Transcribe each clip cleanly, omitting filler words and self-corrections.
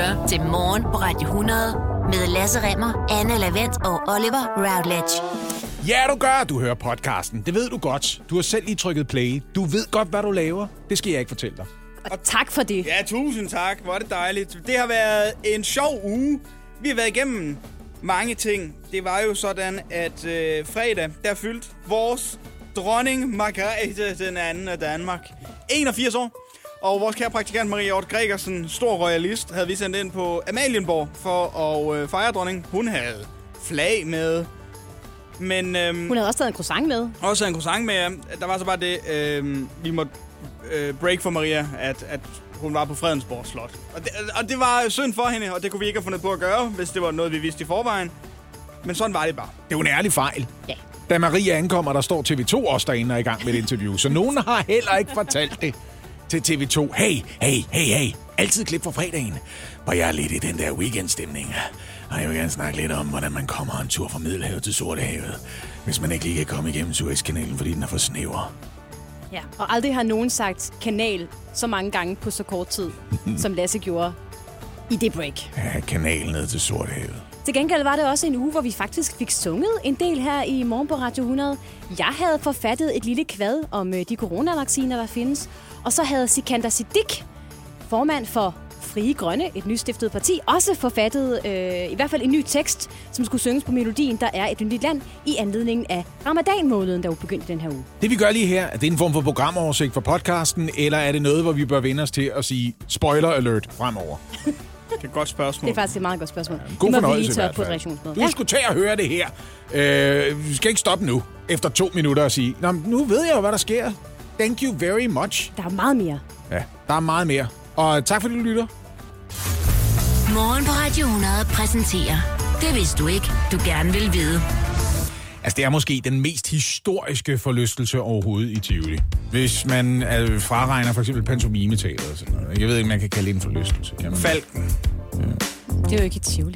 lytter til Morgen på Radio 100 med Lasse Remmer, Anne Lavent og Oliver Routledge. Ja, du gør. Du hører podcasten. Det ved du godt. Du har selv lige trykket play. Du ved godt, hvad du laver. Det skal jeg ikke fortælle dig. Og tak for det. Ja, tusind tak. Hvor er det dejligt. Det har været en sjov uge. Vi har været igennem mange ting. Det var jo sådan, at fredag, der fyldte vores dronning Margrethe den anden af Danmark 81 år. Og vores kære praktikant Maria Hjort Gregersen, stor royalist, havde vi sendt ind på Amalienborg for at fejre dronningen. Hun havde flag med. Men, hun havde også taget en croissant med. Også en croissant med, ja. Der var så bare det, vi måtte break for Maria, at hun var på Fredensborg Slot. Og det var synd for hende, og det kunne vi ikke have fundet på at gøre, hvis det var noget, vi vidste i forvejen. Men sådan var det bare. Det er jo en ærlig fejl. Ja. Da Maria ankommer, der står TV2 også derinde og er i gang med et interview. Så nogen har heller ikke fortalt det til TV2. Hey. Altid klip fra fredagen. Hvor jeg er lidt i den der weekendstemning. Og jeg vil gerne snakke lidt om, hvordan man kommer en tur fra Middelhavet til Sortehavet. Hvis man ikke lige kan komme igennem Suezkanalen, fordi den er for snæver. Ja, og aldrig har nogen sagt kanal så mange gange på så kort tid, som Lasse gjorde i det break. Ja, kanalen ned til Sortehavet. Til gengæld var det også en uge, hvor vi faktisk fik sunget en del her i Morgen på Radio 100. Jeg havde forfattet et lille kvad om de coronavacciner, der findes. Og så havde Sikander Siddiq, formand for Frie Grønne, et nystiftet parti, også forfattet i hvert fald en ny tekst, som skulle synges på melodien, der er et nyt land, i anledningen af Ramadan-måneden, der jo begyndte den her uge. Det vi gør lige her, er det en form for programoversigt for podcasten, eller er det noget, hvor vi bør vende os til at sige spoiler alert fremover? Det er et godt spørgsmål. Det er faktisk et meget godt spørgsmål. Ja, god fornøjelse i hvert fald. På et reaktionsmøde. Du skulle tage at høre det her. Vi skal ikke stoppe nu, efter 2 minutter og sige, nå, nu ved jeg jo, hvad der sker. Thank you very much. Der er meget mere. Ja, der er meget mere. Og tak fordi du lytter. Morgen på Radio 100 præsenterer Det vidste du ikke, du gerne vil vide. Altså, det er måske den mest historiske forlystelse overhovedet i Tivoli. Hvis man fraregner for eksempel pantomime-teater og sådan noget. Jeg ved ikke, man kan kalde det en forlystelse. Falken. Ja. Det er jo ikke i Tivoli.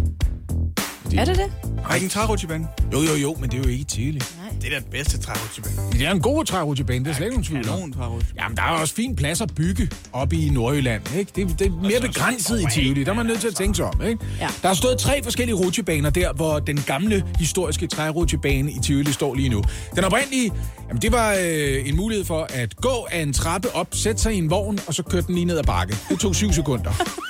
Er det det? Nej, ikke en trærutsjebane. Jo, men det er jo ikke i Tivoli. Nej. Det er den bedste trærutsjebane. Det er en god trærutsjebane, det er slet ikke nogen tvivl om. Jamen, der er også fin plads at bygge oppe i Nordjylland, ikke? Det er mere begrænset i Tivoli, der er man nødt til at tænke sig om, ikke? Ja. Der har stået 3 forskellige rutsjebaner der, hvor den gamle historiske trærutsjebane i Tivoli står lige nu. Den oprindelige, jamen det var en mulighed for at gå af en trappe op, sætte sig i en vogn, og så køre den lige ned ad bakke. Det tog 7 sekunder.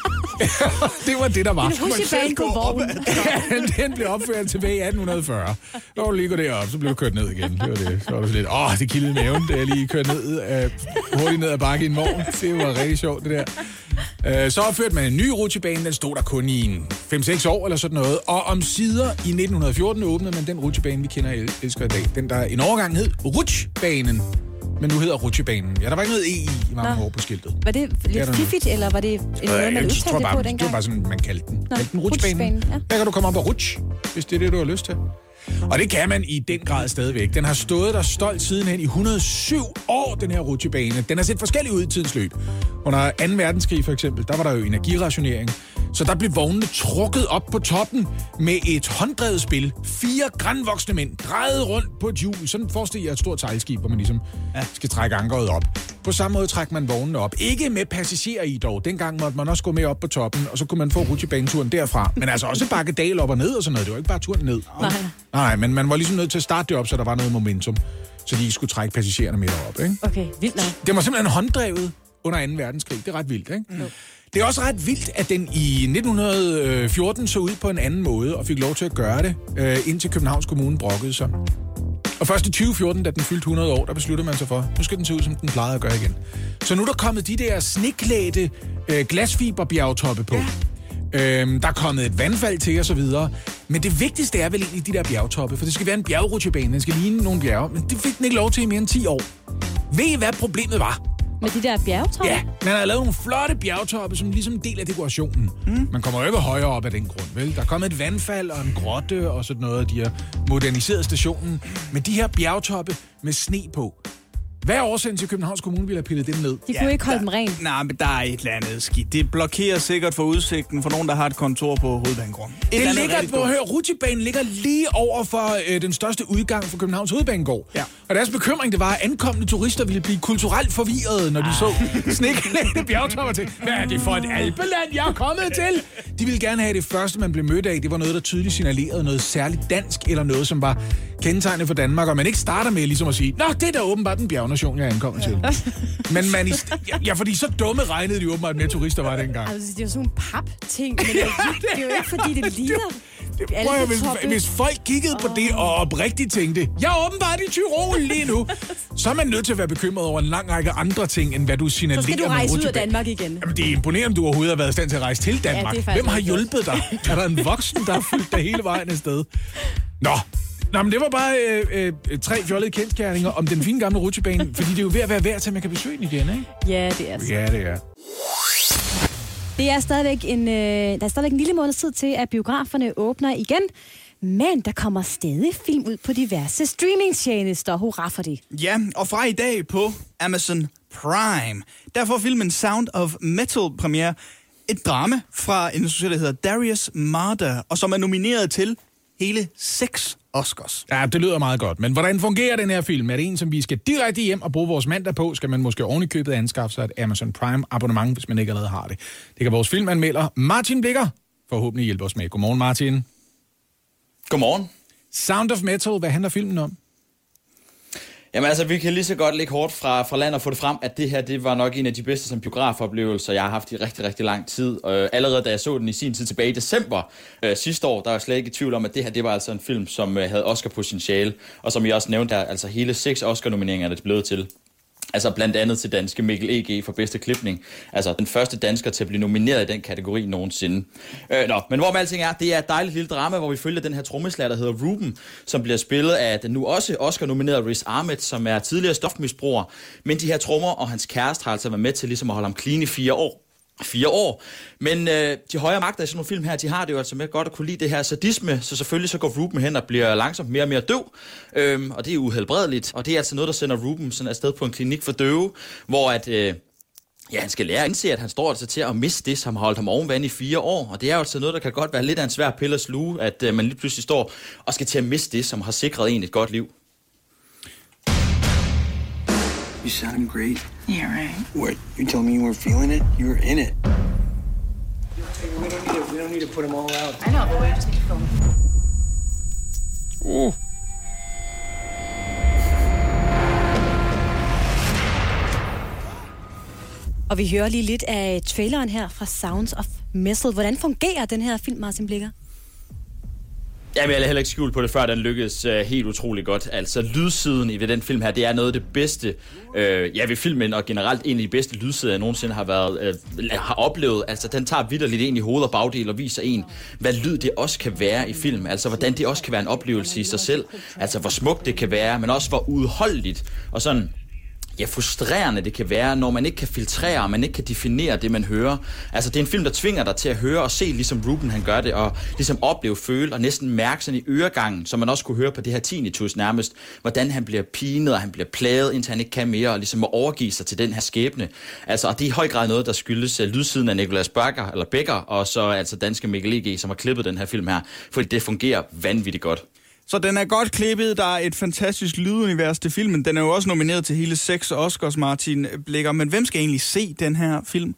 Det var det, der var. En rutsjebane på vognen. Den blev opført tilbage i 1840. Når du lige går derop, så blev du kørt ned igen. Det var det. Så var det lidt, det kildede maven, da jeg lige kørte ned, hurtigt ned ad bakke i en vogn. Det var rigtig sjovt, det der. Så opførte man en ny rutsjebane. Den stod der kun i 5-6 år eller sådan noget. Og omsider i 1914 åbnede man den rutsjebane, vi kender og elsker i dag. Den, der en overgang hed Rutsjbanen. Men nu hedder rutsjebanen. Ja, der var ikke noget E i mange år på skiltet. Var det lidt fiffigt, eller var det noget, man udtalte det på dengang? Det var bare sådan, man kaldte den. Nå, den rutsjebanen. Ja. Der kan du komme op og rutsche, hvis det er det, du har lyst til. Og det kan man i den grad stadigvæk. Den har stået der stolt sidenhen i 107 år, den her rutsjebane. Den har set forskellig ud i tidens løb. Under 2. verdenskrig for eksempel, der var der jo energirationering. Så der blev vognene trukket op på toppen med et hånddrevet spil. 4 grandvoksne mænd drejede rundt på et hjul. Sådan forestiller jeg et stort sejlskib, hvor man ligesom skal trække ankeret op. På samme måde trækker man vognene op. Ikke med passagerer i dog. Dengang måtte man også gå med op på toppen, og så kunne man få rutsjebaneturen derfra. Men altså også bakke dal op og ned og sådan noget. Det var ikke bare turen ned. Nej, men man var ligesom nødt til at starte det op, så der var noget momentum. Så de ikke skulle trække passagererne med op, ikke? Okay, vildt nok. Det var simpelthen hånddrevet under 2. verdenskrig. Det er ret vildt, ikke? Det er også ret vildt, at den i 1914 så ud på en anden måde, og fik lov til at gøre det, indtil Københavns Kommune brokkede sig. Og først i 2014, da den fyldte 100 år, der besluttede man sig for, nu skal den se ud, som den plejede at gøre igen. Så nu er der kommet de der sneklædte glasfiberbjergtoppe på. Ja. Der er kommet et vandfald til og så videre. Men det vigtigste er vel egentlig de der bjergtoppe, for det skal være en bjergrutsjebane, den skal ligne nogle bjerge, men det fik den ikke lov til i mere end 10 år. Ved I, hvad problemet var? Med de der bjergtoppe? Ja, man har lavet nogle flotte bjergtoppe, som ligesom en del af dekorationen. Man kommer jo ikke højere op af den grund, vel? Der er kommet et vandfald og en grotte og sådan noget, de har moderniseret stationen. Men de her bjergtoppe med sne på, Hvad er årsagen til, at Københavns Kommune ville have pillet dem ned? De kunne ikke holde dem rent. Nej, men der er et eller andet skidt. Det blokerer sikkert for udsigten for nogen, der har et kontor på Hovedbanegården. Rutsjebanen ligger lige over for den største udgang for Københavns Hovedbanegård. Ja. Og deres bekymring, det var, at ankommende turister ville blive kulturelt forvirrede, når de så sneklædte bjergtopper til. Hvad er det for et alpeland, jeg er kommet til? De ville gerne have det første, man blev mødt af. Det var noget, der tydeligt signalerede noget særligt dansk, eller noget, som var kendetegnet for Danmark, og man ikke starter med ligesom at sige, nå, det er da åbenbart den bjergnation, jeg ankommer til. Men fordi så dumme regnede de åbenbart med, turister var dengang. Altså, det er jo sådan en pap-ting, men det er jo ikke, fordi det ligner. Hvis folk kiggede på det og oprigtigt tænkte, jeg er åbenbart i Tyrol lige nu, så er man nødt til at være bekymret over en lang række andre ting, end hvad du signalerer. Så skal du rejse ud af Danmark igen. Jamen, det er imponerende, om du overhovedet har været i stand til at rejse til Danmark. Ja, hvem har hjulpet dig? Er der en voksen, der har fulgt dig hele vejen afsted? Nå, men det var bare 3 fjollede kendsgerninger om den fine gamle rutsjebane, fordi det er jo ved at være værd til, at man kan besøge den igen, ikke? Ja, det er så. Ja, det er. Det er stadigvæk der er stadigvæk en lille måneds tid til, at biograferne åbner igen. Men der kommer stadig film ud på diverse streamingtjenester. Hurra for det. Ja, og fra i dag på Amazon Prime. Der får filmen Sound of Metal premiere. Et drama fra en instruktør, der hedder Darius Marder, og som er nomineret til hele 6 Oscars. Ja, det lyder meget godt. Men hvordan fungerer den her film? Er det en, som vi skal direkte hjem og bruge vores mandag på? Skal man måske oven i købet anskaffe sig et Amazon Prime abonnement, hvis man ikke allerede har det? Det kan vores filmanmelder Martin Blikker forhåbentlig hjælpe os med. Godmorgen, Martin. Godmorgen. Sound of Metal, hvad handler filmen om? Jamen altså, vi kan lige så godt lægge hårdt fra land og få det frem, at det her, det var nok en af de bedste som biografoplevelser, jeg har haft i rigtig, rigtig lang tid. Allerede da jeg så den i sin tid tilbage i december sidste år, der var jeg slet ikke i tvivl om, at det her, det var altså en film, som havde Oscar-potentiale, og som jeg også nævnte, der altså hele 6 Oscar-nomineringer, der blev til. Altså blandt andet til danske Mikkel E.G. for bedste klipning. Altså den første dansker til at blive nomineret i den kategori nogensinde. Men hvorom alting er, det er et dejligt lille drama, hvor vi følger den her trommeslager, der hedder Ruben, som bliver spillet af den nu også Oscar-nominerede Riz Ahmed, som er tidligere stofmisbruger. Men de her trommer og hans kæreste har altså været med til ligesom at holde ham clean i 4 år. Men de højere magter i sådan nogle film her, de har det jo altså med godt at kunne lide det her sadisme, så selvfølgelig så går Ruben hen og bliver langsomt mere og mere døv, og det er uhelbredeligt, og det er altså noget, der sender Ruben sådan afsted på en klinik for døve, hvor at, han skal lære at indse, at han står altså til at miste det, som har holdt ham ovenvand i 4 år, og det er jo altså noget, der kan godt være lidt af en svær pille at sluge, at man lige pludselig står og skal til at miste det, som har sikret en et godt liv. You sound great. Yeah, right. What? You told me you weren't feeling it? You were in it. We don't need to put them all out. I know, but we just need to film them. Og vi hører lige lidt af traileren her fra Sounds of Metal. Hvordan fungerer den her film, Martin Blikker? Jamen, jeg er heller ikke skjult på det, før den lykkedes helt utrolig godt. Altså, lydsiden i den film her, det er noget af det bedste, ved filmen, og generelt en af de bedste lydsider, jeg nogensinde har oplevet. Altså, den tager vitterligt ind i hoved og bagdel og viser en, hvad lyd det også kan være i film. Altså, hvordan det også kan være en oplevelse i sig selv. Altså, hvor smukt det kan være, men også hvor udholdeligt og sådan frustrerende det kan være, når man ikke kan filtrere, og man ikke kan definere det, man hører. Altså, det er en film, der tvinger dig til at høre og se, ligesom Ruben han gør det, og ligesom opleve, føle og næsten mærke sådan i øregangen, som man også kunne høre på det her tinnitus nærmest, hvordan han bliver pinet, og han bliver plaget, indtil han ikke kan mere, og ligesom må overgive sig til den her skæbne. Altså, og det er i høj grad noget, der skyldes lydsiden af Nicolas Becker, og så altså danske Mikkel E.G., som har klippet den her film her, fordi det fungerer vanvittigt godt. Så den er godt klippet, der er et fantastisk lydunivers til filmen. Den er jo også nomineret til hele 6 Oscars, Martin Blikker. Men hvem skal egentlig se den her film?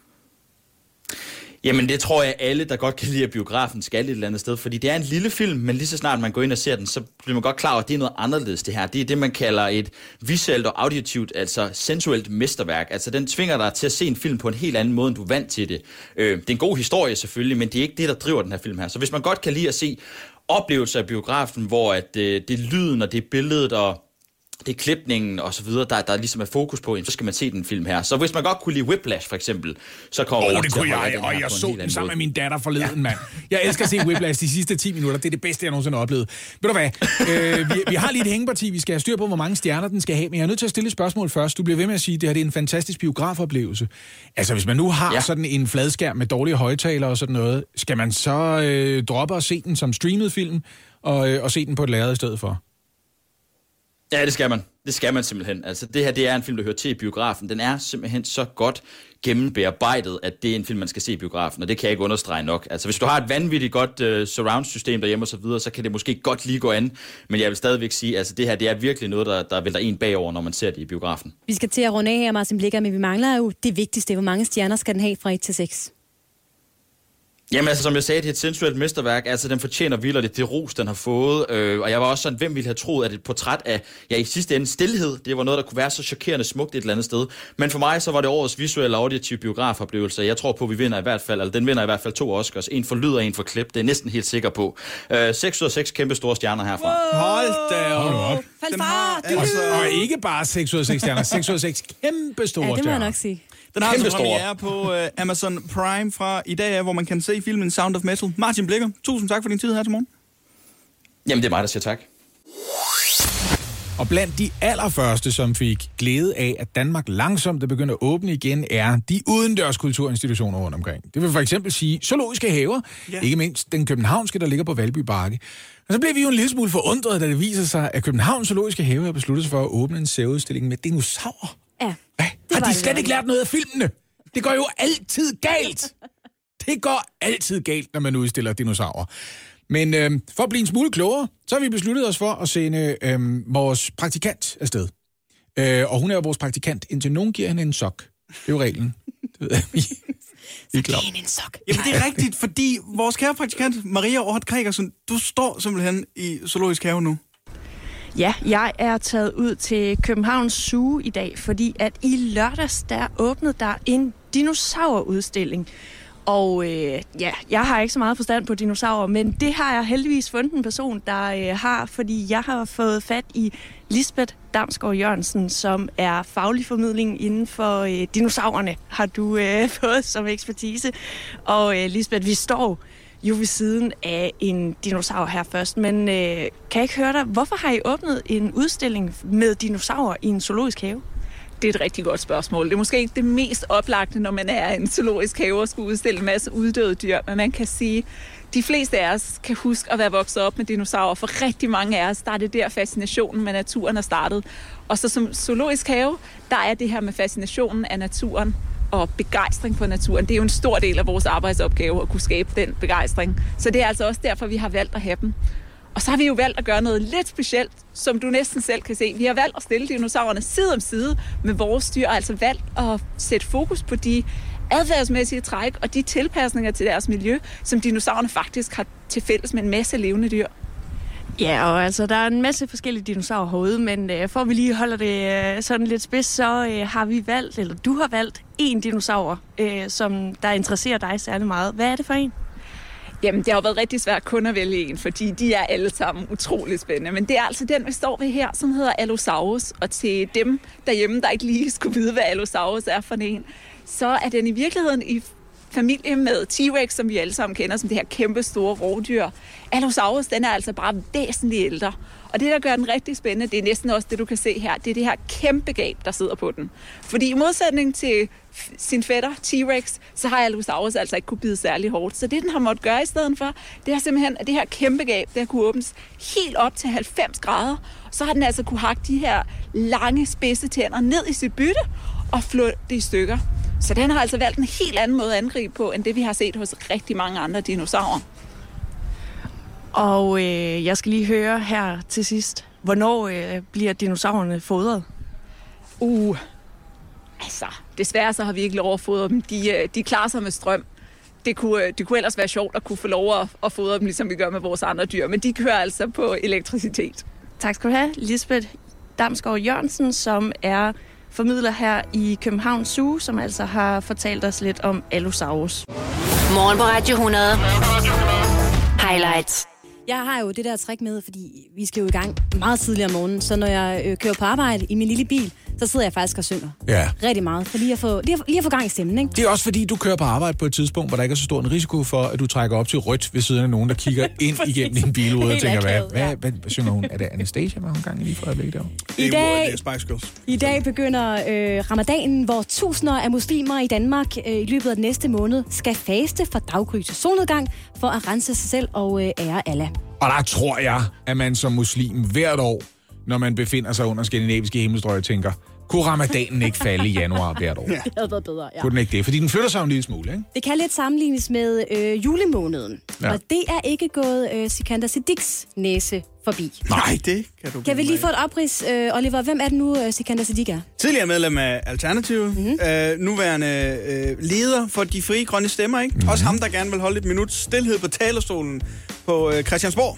Jamen, det tror jeg alle, der godt kan lide biografen, skal et eller andet sted. Fordi det er en lille film, men lige så snart man går ind og ser den, så bliver man godt klar over, at det er noget anderledes, det her. Det er det, man kalder et visuelt og auditivt, altså sensuelt mesterværk. Altså, den tvinger dig til at se en film på en helt anden måde, end du er vant til det. Det er en god historie selvfølgelig, men det er ikke det, der driver den her film her. Så hvis man godt kan lide at se oplevelser af biografen, hvor at, det er lyden, og det er billedet, og det er klipningen og så videre, der ligesom er fokus på, så skal man se den film her. Så hvis man godt kunne lide Whiplash, for eksempel, så kommer man det kunne jeg, og jeg så den sammen med min datter forleden, mand. Jeg elsker at se Whiplash de sidste 10 minutter. Det er det bedste, jeg nogensinde har oplevet. Ved du hvad? Vi har lige et hængeparti. Vi skal have styr på, hvor mange stjerner den skal have. Men jeg er nødt til at stille et spørgsmål først. Du bliver ved med at sige, at det her det er en fantastisk biografoplevelse. Altså, hvis man nu har sådan en fladskærm med dårlige højtalere og sådan noget, skal man så droppe og se den som streamet film og se den på et lærred i stedet for? Ja, det skal man. Det skal man simpelthen. Altså, det her, det er en film, der hører til i biografen. Den er simpelthen så godt gennembearbejdet, at det er en film, man skal se i biografen, og det kan jeg ikke understrege nok. Altså, hvis du har et vanvittigt godt surround-system derhjemme og så videre, så kan det måske godt lige gå an, men jeg vil stadigvæk sige, altså det her, det er virkelig noget, der vælter en bagover, når man ser det i biografen. Vi skal til at runde af her, Martin Blikker, men vi mangler jo det vigtigste. Hvor mange stjerner skal den have fra 1 til 6? Jamen altså, som jeg sagde, det er et sensuelt mesterværk. Altså, den fortjener vildt det ros, den har fået. Og jeg var også sådan, hvem ville have troet, at et portræt af, i sidste ende stilhed, det var noget, der kunne være så chokerende smukt et eller andet sted. Men for mig, så var det årets visuelle og auditive biografoplevelse. Jeg tror på, at vi vinder i hvert fald, eller den vinder i hvert fald 2 Oscars. En for lyd og en for klip. Det er næsten helt sikker på. 6 ud af 6 kæmpe store stjerner herfra. Wow. Hold da op. Og ikke bare 6 ud af 6 stjerner. 6 ud af 6 kæmpe store stjerner. Ja, det må jeg nok sige. Den har altså premiere på Amazon Prime fra i dag, hvor man kan se filmen Sound of Metal. Martin Blikker, tusind tak for din tid her til morgen. Jamen, det er mig, der siger tak. Og blandt de allerførste, som fik glæde af, at Danmark langsomt er begyndt at åbne igen, er de udendørs kulturinstitutioner rundt omkring. Det vil for eksempel sige zoologiske haver, ikke mindst den københavnske, der ligger på Valby Bakke. Og så blev vi jo en lille smule forundret, da det viser sig, at Københavns zoologiske have har besluttet sig for at åbne en særudstilling med dinosaurer. Ja. Har de slet ikke lært noget af filmene? Det går jo altid galt. Det går altid galt, når man udstiller dinosaurer. Men for at blive en smule klogere, så har vi besluttet os for at sende vores praktikant afsted. Og hun er jo vores praktikant, indtil nogen giver hende en sok. Det er jo reglen. Det ved jeg, vi er klar. En sok. Jamen, det er rigtigt, fordi vores kære praktikant, Maria Aarhus Gregersen, du står simpelthen i Zoologisk Have nu. Ja, jeg er taget ud til Københavns Zoo i dag, fordi at i lørdags, der åbnede der en dinosaurudstilling. Og jeg har ikke så meget forstand på dinosaurer, men det har jeg heldigvis fundet en person, der har, fordi jeg har fået fat i Lisbeth Damsgaard Jørgensen, som er faglig formidling inden for dinosaurerne, har du fået som ekspertise. Og Lisbeth, vi står jo ved siden af en dinosaur her først, men kan jeg ikke høre dig, hvorfor har I åbnet en udstilling med dinosaurer i en zoologisk have? Det er et rigtig godt spørgsmål. Det er måske ikke det mest oplagte, når man er en zoologisk have og skal udstille en masse uddøde dyr, men man kan sige, at de fleste af os kan huske at være vokset op med dinosaurer. For rigtig mange af os, der er det der fascinationen med naturen er startet. Og så som zoologisk have, der er det her med fascinationen af naturen og begejstring for naturen. Det er jo en stor del af vores arbejdsopgave at kunne skabe den begejstring. Så det er altså også derfor, vi har valgt at have dem. Og så har vi jo valgt at gøre noget lidt specielt, som du næsten selv kan se. Vi har valgt at stille dinosaurerne side om side med vores dyr, og altså valgt at sætte fokus på de adfærdsmæssige træk og de tilpasninger til deres miljø, som dinosaurerne faktisk har til fælles med en masse levende dyr. Ja, og altså, der er en masse forskellige dinosaurer herude, men for at vi lige holder det sådan lidt spids, så har vi valgt, eller du har valgt, en dinosaur, som der interesserer dig særlig meget. Hvad er det for en? Jamen, det har jo været rigtig svært kun at vælge en, fordi de er alle sammen utrolig spændende. Men det er altså den, vi står ved her, som hedder Allosaurus. Og til dem derhjemme, der ikke lige skulle vide, hvad Allosaurus er for en, så er den i virkeligheden i familie med T-Rex, som vi alle sammen kender som det her kæmpe store rovdyr. Allosaurus, den er altså bare væsentligt ældre. Og det, der gør den rigtig spændende, det er næsten også det, du kan se her. Det er det her kæmpe gab, der sidder på den. Fordi i modsætning til sin fætter, T-Rex, så har Allosaurus altså ikke kunne bide særlig hårdt. Så det, den har måttet gøre i stedet for, det er simpelthen, at det her kæmpe gab, der kunne åbnes helt op til 90 grader. Så har den altså kunne hakke de her lange, spidse tænder ned i sit bytte og flå det i stykker. Så den har altså valgt en helt anden måde at angribe på, end det, vi har set hos rigtig mange andre dinosaurer. Og jeg skal lige høre her til sidst, hvornår bliver dinosaurerne fodret? Altså, desværre så har vi ikke lov at fodre dem. De klarer sig med strøm. Det kunne ellers være sjovt at kunne få lov at fodre dem, ligesom vi gør med vores andre dyr, men de kører altså på elektricitet. Tak skal du have, Lisbeth Damsgaard Jørgensen, som er formidler her i Københavns Zoo, som altså har fortalt os lidt om Allosaurus. Morgen på Radio 100. Highlights. Jeg har jo det der trick med, fordi vi skal jo i gang meget tidligere om morgenen, så når jeg kører på arbejde i min lille bil, så sidder jeg faktisk og synger rigtig meget, for lige at få gang i stemmen, ikke? Det er også fordi, du kører på arbejde på et tidspunkt, hvor der ikke er så stor en risiko for, at du trækker op til rødt ved siden af nogen, der kigger ind igennem din bilrude og tænker, hvad synger hun? Er det Anastasia, var hun gang i lige for øjeblikket derovre? I dag begynder ramadanen, hvor tusinder af muslimer i Danmark i løbet af den næste måned skal faste fra daggry til solnedgang for at rense sig selv og ære Allah. Og der tror jeg, at man som muslim hvert år når man befinder sig under skandinaviske himmelstrøg og tænker, kunne ramadanen ikke falde i januar hvert år? Det havde været bedre, ja. Kunne den ikke det? Fordi den flytter sig en lille smule, ikke? Det kan lidt sammenlignes med julemåneden. Ja. Og det er ikke gået Sikander Siddiqs næse forbi. Nej, det kan du. Kan vi lige få et oprids, Oliver? Hvem er det nu, Sikander Siddiq er? Tidligere medlem af Alternativet. Nuværende leder for de frie grønne stemmer, ikke? Også ham, der gerne vil holde et minut stilhed på talerstolen på Christiansborg.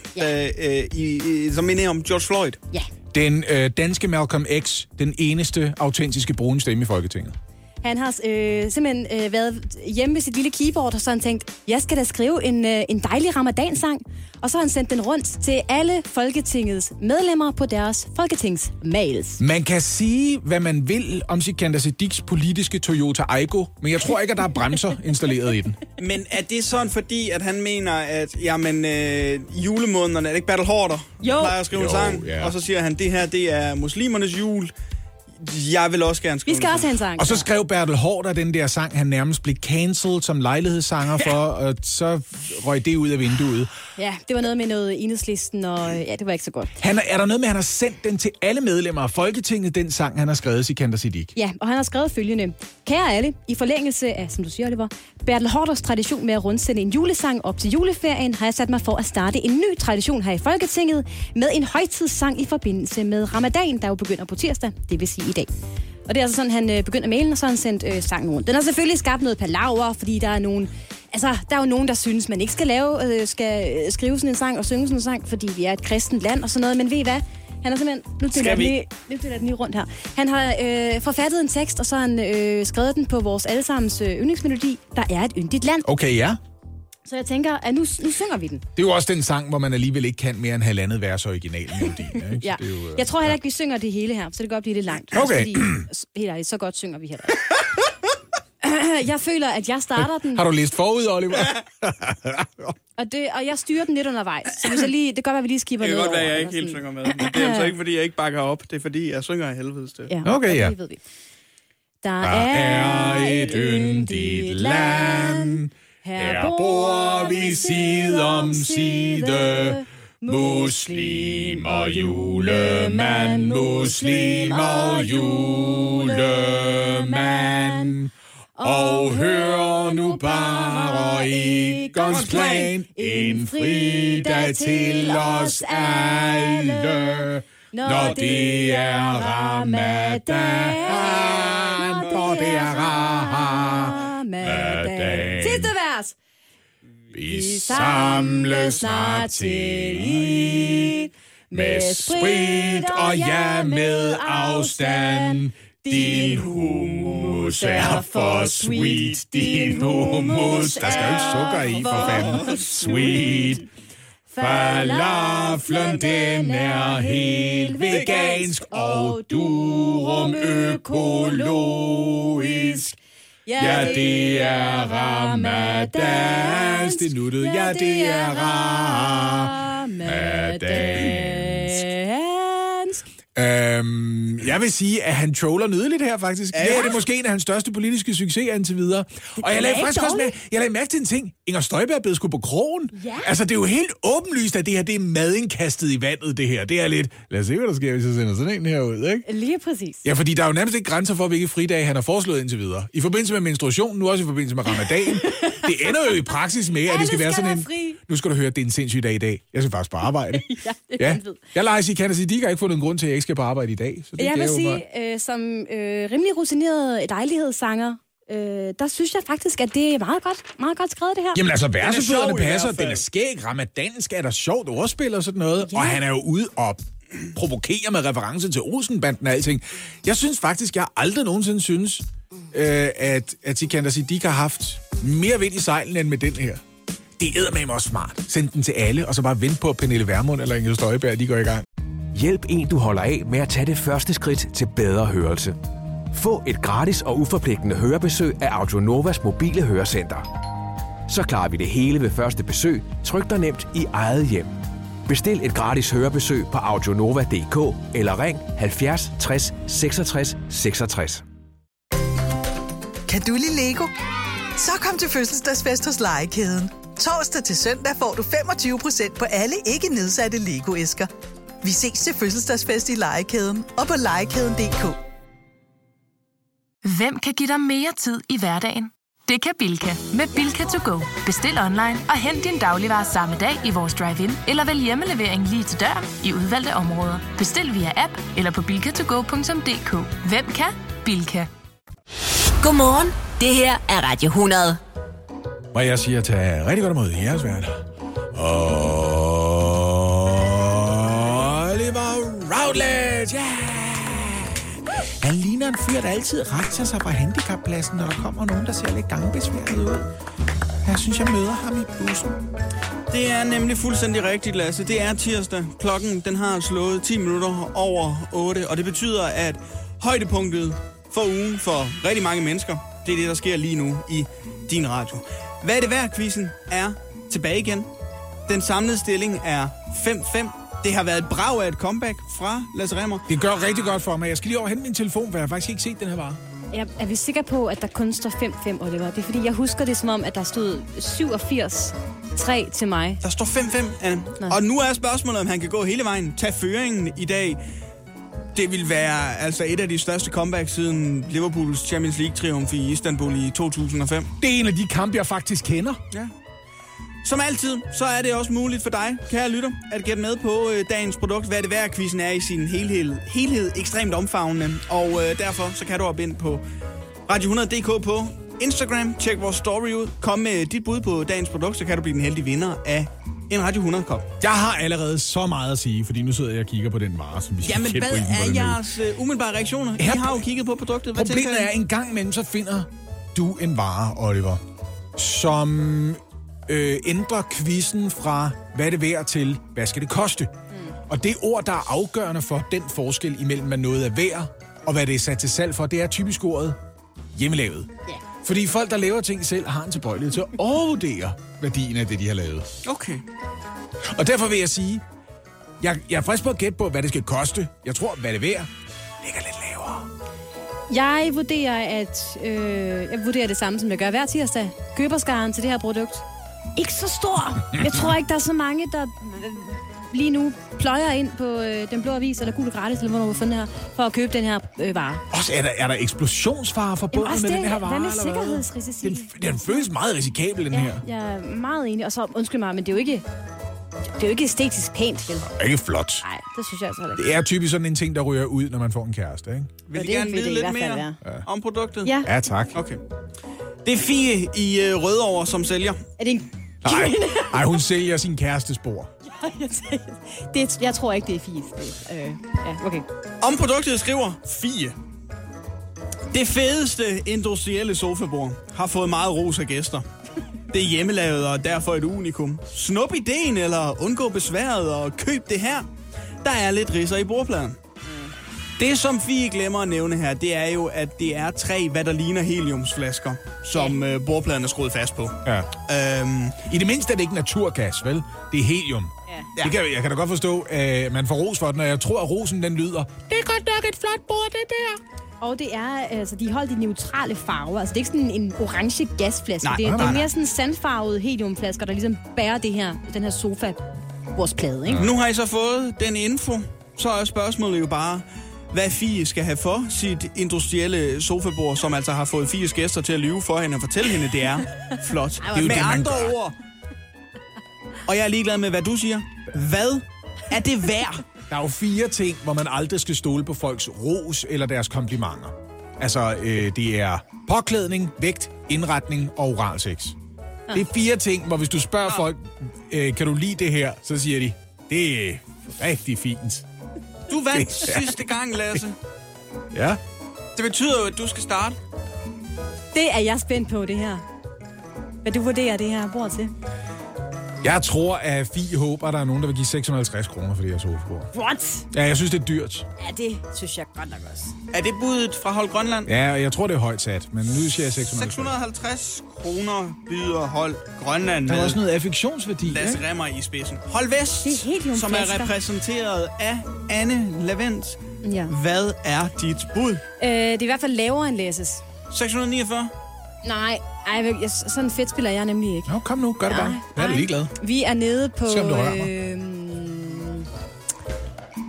Som minder om George Floyd. Ja. Den danske Malcolm X, den eneste autentiske brune stemme i Folketinget. Han har simpelthen været hjemme ved sit lille keyboard, og så har han tænkt, jeg skal da skrive en dejlig ramadansang. Og så har han sendt den rundt til alle Folketingets medlemmer på deres folketingsmails. Man kan sige, hvad man vil om Sikander Siddiqs politiske Toyota Aygo, men jeg tror ikke, at der er bremser installeret i den. Men er det sådan, fordi at han mener, at julemånederne, er det ikke Battle Hårder? Jo. Plejer at skrive en sang, og så siger han, det her, det er muslimernes jul. Jeg vil også gerne skrive. Vi skal også have en sang. Og så skrev Bertel Haarder den der sang, han nærmest blev cancelled som lejlighedssanger for, og så røg det ud af vinduet. Ja, det var noget med noget Enhedslisten, og ja, det var ikke så godt. Er der noget med, at han har sendt den til alle medlemmer af Folketinget, den sang, han har skrevet, Sikander Siddiq? Ja, og han har skrevet følgende. Kære alle, i forlængelse af, som du siger, Oliver, Bertel Haarders tradition med at rundsende en julesang op til juleferien, har jeg sat mig for at starte en ny tradition her i Folketinget med en højtidssang i forbindelse med Ramadan, der jo begynder på tirsdag, det vil sige i dag. Og det er altså sådan, han begynder mailen, og så har han sendt sangen rundt. Den har selvfølgelig skabt noget palaver, fordi der er nogen... Altså, der er jo nogen, der synes, man ikke skal skrive sådan en sang og synge sådan en sang, fordi vi er et kristent land og sådan noget. Men ved I hvad? Han har simpelthen... Nu tæller den lige rundt her. Han har forfattet en tekst, og så har han skrevet den på vores allesammens yndlingsmelodi. Der er et yndigt land. Okay, ja. Så jeg tænker, at nu synger vi den. Det er jo også den sang, hvor man alligevel ikke kan mere end halvandet vers originalmelodien. Ikke? Ja. Det er jo, jeg tror heller ikke, vi synger det hele her, så det kan godt blive lidt langt. Okay. Fordi, helt ærligt, så godt synger vi heller ikke. Jeg føler, at jeg starter den. Har du læst forud, Oliver? og jeg styrer den lidt undervejs. Så hvis jeg lige, det kan godt være, at vi lige skipper noget over. Det kan godt være, at jeg ikke helt synger med. Men det er altså ikke, fordi jeg ikke bakker op. Det er, fordi jeg synger af helvedes til. Ja, okay, ja. Det ved vi. Der er et yndigt land. Her bor vi side om side. Muslim og julemand, muslim og julemand. Og hør nu bare Egons plan, en fridag til os alle. Når det er Ramadan, når det er Ramadan. Sidste vers. Vi samles snart til Eid, med sprit og ja med afstand. Din hummus er for sweet, din hummus. Der skal jo ikke sukker i, for fanden. Sweet. Falaflen, den er helt vegansk og durum økologisk. Ja, det er ramadans. Det nuttede, ja, det er ramadans. Jeg vil sige, at han troller nydeligt her, faktisk. Ja, det er måske en af hans største politiske succeser indtil videre. Og jeg lagde faktisk også mærke til en ting. Inger Støjberg blev sgu på krogen. Ja. Altså, det er jo helt åbenlyst, at det her, det er madindkastet i vandet, det her. Det er lidt... Lad os se, hvad der sker, hvis jeg sender sådan en her ud, ikke? Lige præcis. Ja, fordi der er jo nærmest ikke grænser for, hvilke fridage han har foreslået indtil videre. I forbindelse med menstruation, nu også i forbindelse med ramadan. Det ender jo i praksis med, at det skal være sådan en... Nu skal du høre, det er en sindssyg dag i dag. Jeg skal faktisk på arbejde. Ja. Jeg leger Sikander Siddiq har ikke fundet en grund til, at jeg ikke skal på arbejde i dag. Så det jeg vil sige, som rimelig rutineret dejlighedssanger, der synes jeg faktisk, at det er meget godt skrevet, det her. Jamen altså, versefødderne passer, den er skæg, ramadansk er der sjovt ordspil og sådan noget, og han er jo ude og provokere med reference til Olsenbanden og alting. Jeg synes faktisk, jeg aldrig nogensinde synes, at Sikander Siddiq har haft mere vind i sejlen end med den her. Det er eddermame også smart. Send den til alle, og så bare vente på, at Pernille Vermund eller Inger Støjberg, de går i gang. Hjælp en, du holder af med at tage det første skridt til bedre hørelse. Få et gratis og uforpligtende hørebesøg af Audionovas mobile hørecenter. Så klarer vi det hele ved første besøg, tryk dig nemt i eget hjem. Bestil et gratis hørebesøg på audionova.dk eller ring 70 60 66 66. Kan du lide Lego? Så kom til fødselsdagsfest hos Legekæden. Torsdag til søndag får du 25% på alle ikke nedsatte Lego-æsker. Vi ses til fødselsdagsfest i Legekæden og på legekæden.dk. Hvem kan give dig mere tid i hverdagen? Det kan Bilka. Med Bilka to go. Bestil online og hent din dagligvarer samme dag i vores drive-in, eller vælg hjemmelevering lige til døren i udvalgte områder. Bestil via app eller på bilkatogo.dk. Hvem kan? Bilka. Godmorgen. Det her er Radio 100. Og jeg siger, tag rigtig godt imod jeres vært. Oliver Routledge, ja! Han ligner en fyr, der altid rejser sig fra handicappladsen, når der kommer nogen, der ser lidt gangbesværet ud. Jeg synes, jeg møder ham i bussen. Det er nemlig fuldstændig rigtigt, Lasse. Det er tirsdag. Klokken den har slået 10 minutter over 8, og det betyder, at højdepunktet for ugen for rigtig mange mennesker, det er det, der sker lige nu i din radio. Hvad er det værd? Quizzen er tilbage igen. Den samlede stilling er 5-5. Det har været et brag af et comeback fra Lasse Remmer. Det gør rigtig godt for mig. Jeg skal lige over hente min telefon, for jeg har faktisk ikke set den her vare. Er vi sikre på, at der kun står 5-5, Oliver? Det er fordi, jeg husker det som om, at der stod 87-3 til mig. Der står 5-5, Anne. Og nu er spørgsmålet, om han kan gå hele vejen. Tag føringen i dag. Det vil være altså et af de største comebacks siden Liverpools Champions League-triumf i Istanbul i 2005. Det er en af de kampe, jeg faktisk kender. Ja. Som altid, så er det også muligt for dig, kære lytter, at gætte med på dagens produkt. Hvad er det værd? Quizzen er i sin helhed ekstremt omfavnende. Og derfor så kan du op ind på radio100.dk på Instagram. Tjek vores story ud. Kom med dit bud på dagens produkt, så kan du blive den heldige vinder af en Radio 100-kop. Jeg har allerede så meget at sige, fordi nu sidder jeg og kigger på den vare, som vi skal Jamen, hvad er jeres umiddelbare reaktioner? I har jo kigget på produktet. Hvad problemet er, en gang imellem, så finder du en vare, Oliver, som ændrer quizzen fra, hvad er det værd til, hvad skal det koste? Og det ord, der er afgørende for den forskel imellem, hvad noget er værd, og hvad det er sat til salg for, det er typisk ordet hjemmelavet. Yeah. Fordi folk, der laver ting selv, har en tilbøjelighed til at overvurdere værdien af det, de har lavet. Okay. Og derfor vil jeg sige, jeg er frisk på at gætte på, hvad det skal koste. Jeg tror, hvad det er værd, ligger lidt lavere. Jeg vurderer det samme, som jeg gør hver tirsdag. Køberskaren til det her produkt. Ikke så stor. Jeg tror ikke, der er så mange, der lige nu pløjer ind på Den Blå Avis, eller Gul Gratis, eller hvornår vi finder her, for at købe den her vare. Også er der eksplosionsfare forbundet med den her vare? Hvad med sikkerhedsrisici? Den føles meget risikabel, den her. Jeg er meget enig. Og så, undskyld mig, men det er jo ikke æstetisk pænt, vel? Ikke flot. Nej, det synes jeg altså ikke. Det er typisk sådan en ting, der ryger ud, når man får en kæreste, ikke? Vil I gerne vide lidt mere om produktet? Ja, tak. Okay. Det er Fie i Rødovre, som sælger. Er det en Nej, hun sælger sin kæreste spor. Jeg tror ikke, det er Fie. Okay. Om produktet skriver Fie. Det fedeste industrielle sofabord har fået meget ros af gæster. Det er hjemmelavet og derfor et unikum. Snup ideen eller undgå besværet og køb det her. Der er lidt ridser i bordpladen. Det, som Fie glemmer at nævne her, det er jo, at det er 3, hvad der ligner heliumsflasker, som bordpladen er skruet fast på. Ja. I det mindste er det ikke naturgas, vel? Det er helium. Ja. Jeg kan da godt forstå, at man får ros for den, og jeg tror, at rosen den lyder, det er godt nok et flot bord, det der. Og det er, altså, de holdt i neutrale farver. Altså, det er ikke sådan en orange gasflaske. Nej, det er mere sådan sandfarvede heliumflasker, der ligesom bærer den her sofa, vores plade, ikke? Nu har I så fået den info. Så er spørgsmålet jo bare, hvad Fie skal have for sit industrielle sofabord, som altså har fået 4 gæster til at lyve for hende og fortælle hende, det er flot. Det er jo med det, andre ord. Og jeg er ligeglad med, hvad du siger. Hvad er det værd? Der er jo 4 ting, hvor man aldrig skal stole på folks ros eller deres komplimenter. Altså, det er påklædning, vægt, indretning og oralsex. Det er 4 ting, hvor hvis du spørger folk, kan du lide det her, så siger de, det er rigtig fint. Du vandt sidste gang, Lasse. Ja. Det betyder jo, at du skal starte. Det er jeg spændt på, det her. Hvad du vurderer det her bord til? Jeg tror, at Fie håber, at der er nogen, der vil give 650 kroner for det her sofabord. What? Ja, jeg synes, det er dyrt. Ja, det synes jeg godt nok også. Er det budet fra Hold Grønland? Ja, jeg tror, det er højt sat, men nu siger jeg 650 kroner byder Hold Grønland. Der er også noget affektionsværdi. Lasse Remmer i spidsen. Hold Vest, som er repræsenteret af Anne Lavendt. Ja. Hvad er dit bud? Det er i hvert fald lavere end Lasses. 649? Nej, sådan fedt spiller jeg nemlig ikke. Nå, kom nu, gør det bare. Jeg er ligeglad. Vi er nede på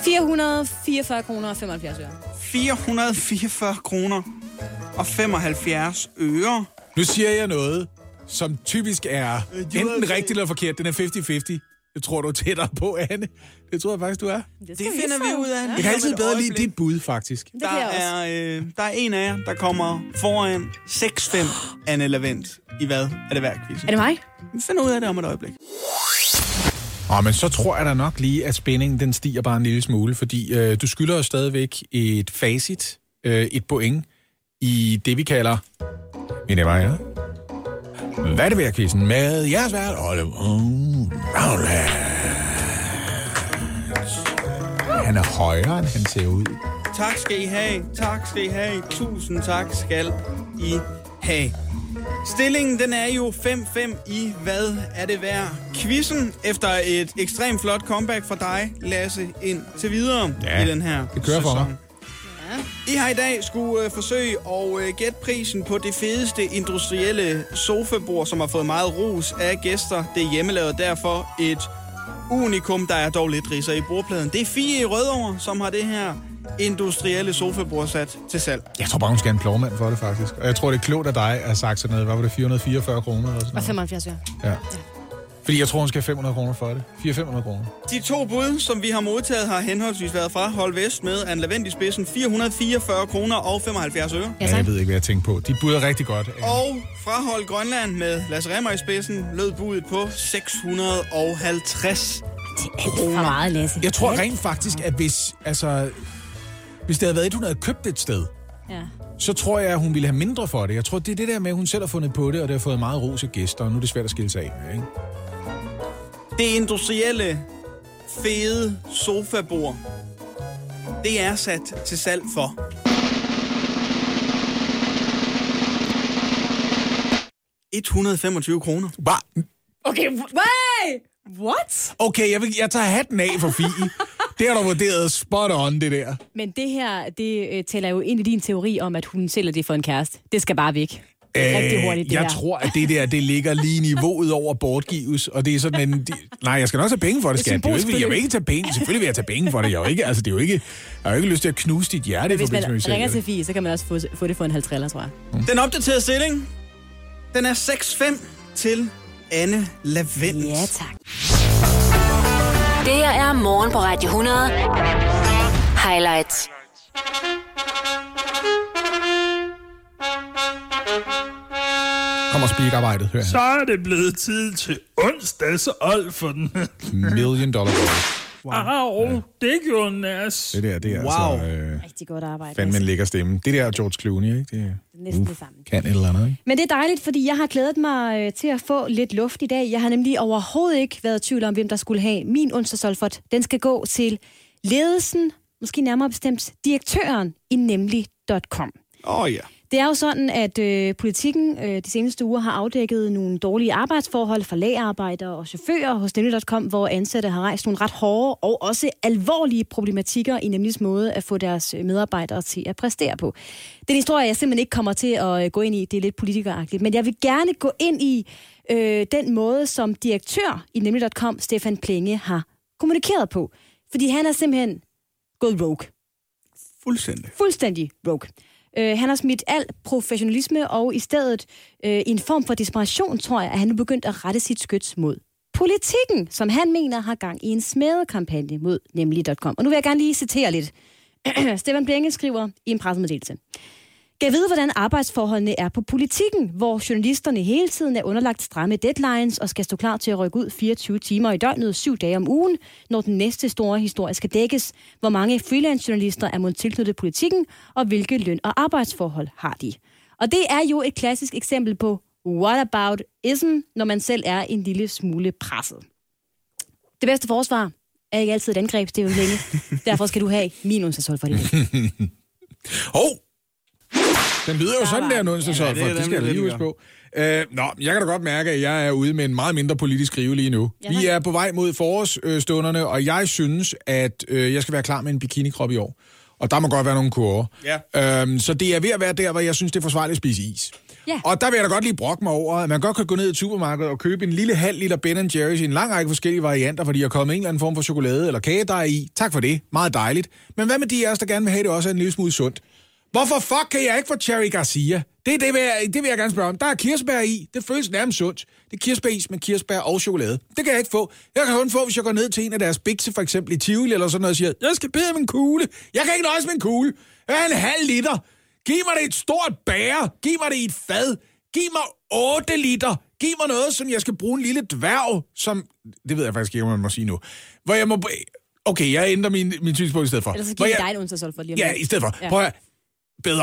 444 kroner og 75 øre. 444 kroner og 75 øre. Nu siger jeg noget, som typisk er enten rigtigt eller forkert. Den er 50-50. Det tror du er tættere på, Anne. Det tror jeg faktisk, du er. Det finder vi ud af. Jeg kan altid bedre lide dit bud, faktisk. Der er en af jer, der kommer foran 6-5 Anne Lavendt i hvad er det værd quizzen. Er det mig? Vi finder ud af det om et øjeblik. Men så tror jeg da nok lige, at spændingen den stiger bare en lille smule, fordi du skylder jo stadigvæk et facit, et point, i det, vi kalder... Hvad er det værd quizzen med jeres vært, Oliver Roundland. Han er højere, end han ser ud. Tak skal I have. Tak skal I have. Tusind tak skal I have. Stillingen, den er jo 5-5 i hvad er det værd? Quizzen efter et ekstremt flot comeback fra dig, Lasse, ind til videre i den her det kører for mig. I har i dag skulle forsøge at gætte prisen på det fedeste industrielle sofabord, som har fået meget ros af gæster. Det er hjemmelavet, derfor et unikum, der er dog lidt ridser i bordpladen. Det er Fie i Rødovre, som har det her industrielle sofabord sat til salg. Jeg tror bare, hun skal have en plovmand for det, faktisk. Og jeg tror, det er klogt af dig at have sagt sådan noget. Hvad var det? 444 kroner eller sådan noget? Og 75 øre. Ja. Fordi jeg tror, hun skal have 500 kroner for det. 400-500 kroner. De to bud, som vi har modtaget, har henholdsvis været fra Hold Vest med Anne Lavendt i spidsen. 444 kroner og 75 øre. Ja, jeg ved ikke, hvad jeg tænker på. De bud er rigtig godt. Og fra Hold Grønland med Lasse Remmer i spidsen lød budet på 650 kroner. For meget, Lasse. Jeg tror rent faktisk, at hvis det havde været et, hun havde købt et sted, så tror jeg, at hun ville have mindre for det. Jeg tror, det er det der med, at hun selv har fundet på det, og det har fået meget ros af gæster, og nu er det svært at skille sig af med, ikke? Det industrielle, fede sofabord, det er sat til salg for 125 kroner. Okay, what? Okay, jeg tager hatten af for Fie. Det har du vurderet spot on, det der. Men det her, det tæller jo ind i din teori om, at hun sælger det for en kæreste. Det skal bare væk. Rigtig hurtigt, det jeg her. tror, at det der, det ligger lige niveauet over bortgives, og det er sådan en... Nej, jeg skal nok tage penge for det, skat. Jeg vil ikke tage penge. Selvfølgelig vil jeg tage penge for det. Jeg har jo ikke lyst til at knuse dit hjerte. Hvis man ringer til Fie, så kan man også få det for en 50, tror jeg. Den opdaterede stilling, den er 6-5 til Anne Lavendt. Ja, tak. Det her er Morgen på Radio 100. Highlights. Kom og speak-arbejdet, hør her. Så er det blevet tid til onsdagsold for den. $1 million. Wow. Au, det gjorde nas. Det er wow. altså... Rigtig godt arbejde. Fandme en lækker stemme. Det der er George Clooney, ikke? Det er næsten det samme. Kan et eller andet, ikke? Men det er dejligt, fordi jeg har glædet mig til at få lidt luft i dag. Jeg har nemlig overhovedet ikke været i tvivl om, hvem der skulle have min onsdagsolfert. Den skal gå til ledelsen, måske nærmere bestemt direktøren i nemlig.com. Ja. Det er jo sådan, at Politikken de seneste uger har afdækket nogle dårlige arbejdsforhold for lagerarbejdere og chauffører hos nemlig.com, hvor ansatte har rejst nogle ret hårde og også alvorlige problematikker i Nemligs måde at få deres medarbejdere til at præstere på. Det er en historie, jeg simpelthen ikke kommer til at gå ind i. Det er lidt politikeragtigt. Men jeg vil gerne gå ind i den måde, som direktør i nemlig.com, Stefan Plenge, har kommunikeret på. Fordi han er simpelthen gået rogue. Fuldstændig rogue. Han har smidt al professionalisme, og i stedet i en form for desperation, tror jeg, at han nu begyndt at rette sit skyts mod Politikken, som han mener har gang i en smædekampagne mod nemlig.com. Og nu vil jeg gerne lige citere lidt. Stefan Plenge skriver i en pressemeddelelse. Kan vide, hvordan arbejdsforholdene er på Politikken, hvor journalisterne hele tiden er underlagt stramme deadlines og skal stå klar til at rykke ud 24 timer i døgnet 7 dage om ugen, når den næste store historie skal dækkes. Hvor mange freelance-journalister er mod tilknyttet Politikken, og hvilke løn- og arbejdsforhold har de? Og det er jo et klassisk eksempel på whataboutism, når man selv er en lille smule presset. Det bedste forsvar er ikke altid et angreb, Stefan Plenge. Derfor skal du have min onsdagshold for det. Den lyder jo sådan der, nu, så det skal jeg lige huske på. Jeg kan da godt mærke, at jeg er ude med en meget mindre politisk skrive lige nu. Vi er på vej mod forårsstunderne, og jeg synes, at jeg skal være klar med en bikinikrop i år. Og der må godt være nogle kurver. Ja. Så det er ved at være der, hvor jeg synes, det er forsvarligt at spise is. Ja. Og der vil jeg da godt lige brokke mig over, at man godt kan gå ned i et supermarked og købe en lille halv liter Ben & Jerry's i en lang række forskellige varianter, fordi der er kommet en eller anden form for chokolade eller kagedej i. Tak for det. Meget dejligt. Men hvad med de af os, der gerne vil have det også er en lille smule sundt? Hvorfor fuck kan jeg ikke få Cherry Garcia? Det vil jeg gerne spørge om. Der er kirsebær i. Det føles nærmest sundt. Det er kirsebæris med kirsebær og chokolade. Det kan jeg ikke få. Jeg kan kun få, hvis jeg går ned til en af deres bikse, for eksempel i Tivoli eller sådan noget, og siger, jeg skal bede om en kugle. Jeg kan ikke nøjes med en kugle. Jeg har en halv liter. Giv mig det et stort bære. Giv mig det i et fad. Giv mig 8 liter. Giv mig noget, som jeg skal bruge en lille dværg, som... Det ved jeg faktisk ikke, hvad man må sige nu. Hvor jeg må... Okay, jeg ændrer min synspunkt i stedet for. Ellers så giver jeg dig en onsdagsol for lige. Ja, i stedet for. Ja. Prøv at... Bedre.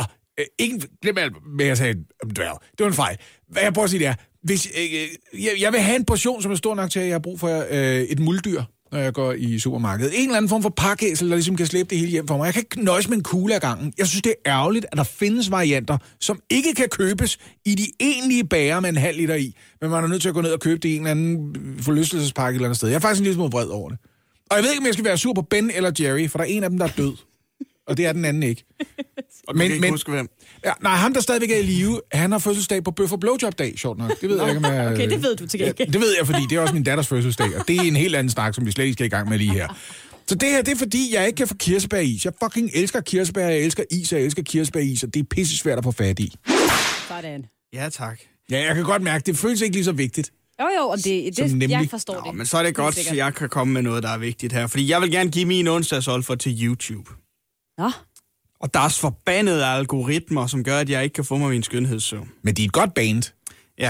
Glem alt, hvad jeg sagde om dværg. Det var en fejl. Hvad jeg prøver at sige, det er, hvis, jeg vil have en portion, som er stor nok til, at jeg har brug for et muldyr, når jeg går i supermarkedet. En eller anden form for pakæsel, der ligesom kan slæbe det hele hjem for mig. Jeg kan ikke nøjes med en kugle ad gangen. Jeg synes, det er ærgerligt, at der findes varianter, som ikke kan købes i de egentlige bager med en halv liter i. Men man er nødt til at gå ned og købe det i en eller anden forlystelsespakke et eller andet sted. Jeg er faktisk en lille smule vred over det. Og jeg ved ikke, om jeg skal være sur på Ben eller Jerry, for der er en af dem, der er død. Og det er den anden ikke. Og du kan ikke huske, hvem? Ja, nej, ham, der stadigvæk er i live, han har fødselsdag på Bøf og Blowjob-dag, sjovt nok. Det ved jeg ikke, om jeg... Okay, det ved du til gengæld. Ja, det ved jeg, fordi det er også min datters fødselsdag, og det er en helt anden snak, som vi slet ikke skal i gang med lige her. Så det her, det er fordi, jeg ikke kan få kirsebæris. Jeg fucking elsker kirsebær, jeg elsker is, jeg elsker kirsebæris, og det er pisse svært at få fat i. Sådan. Ja, tak. Ja, jeg kan godt mærke, det føles ikke lige så vigtigt. Jo, jeg forstår det. Men så er det godt, at jeg kan komme med noget, der er vigtigt her. Fordi jeg vil gerne give min onsdagsolfer til YouTube. Nå. Og der er forbandede algoritmer, som gør, at jeg ikke kan få mig min skønhedssøvn. Men de er et godt band. Ja.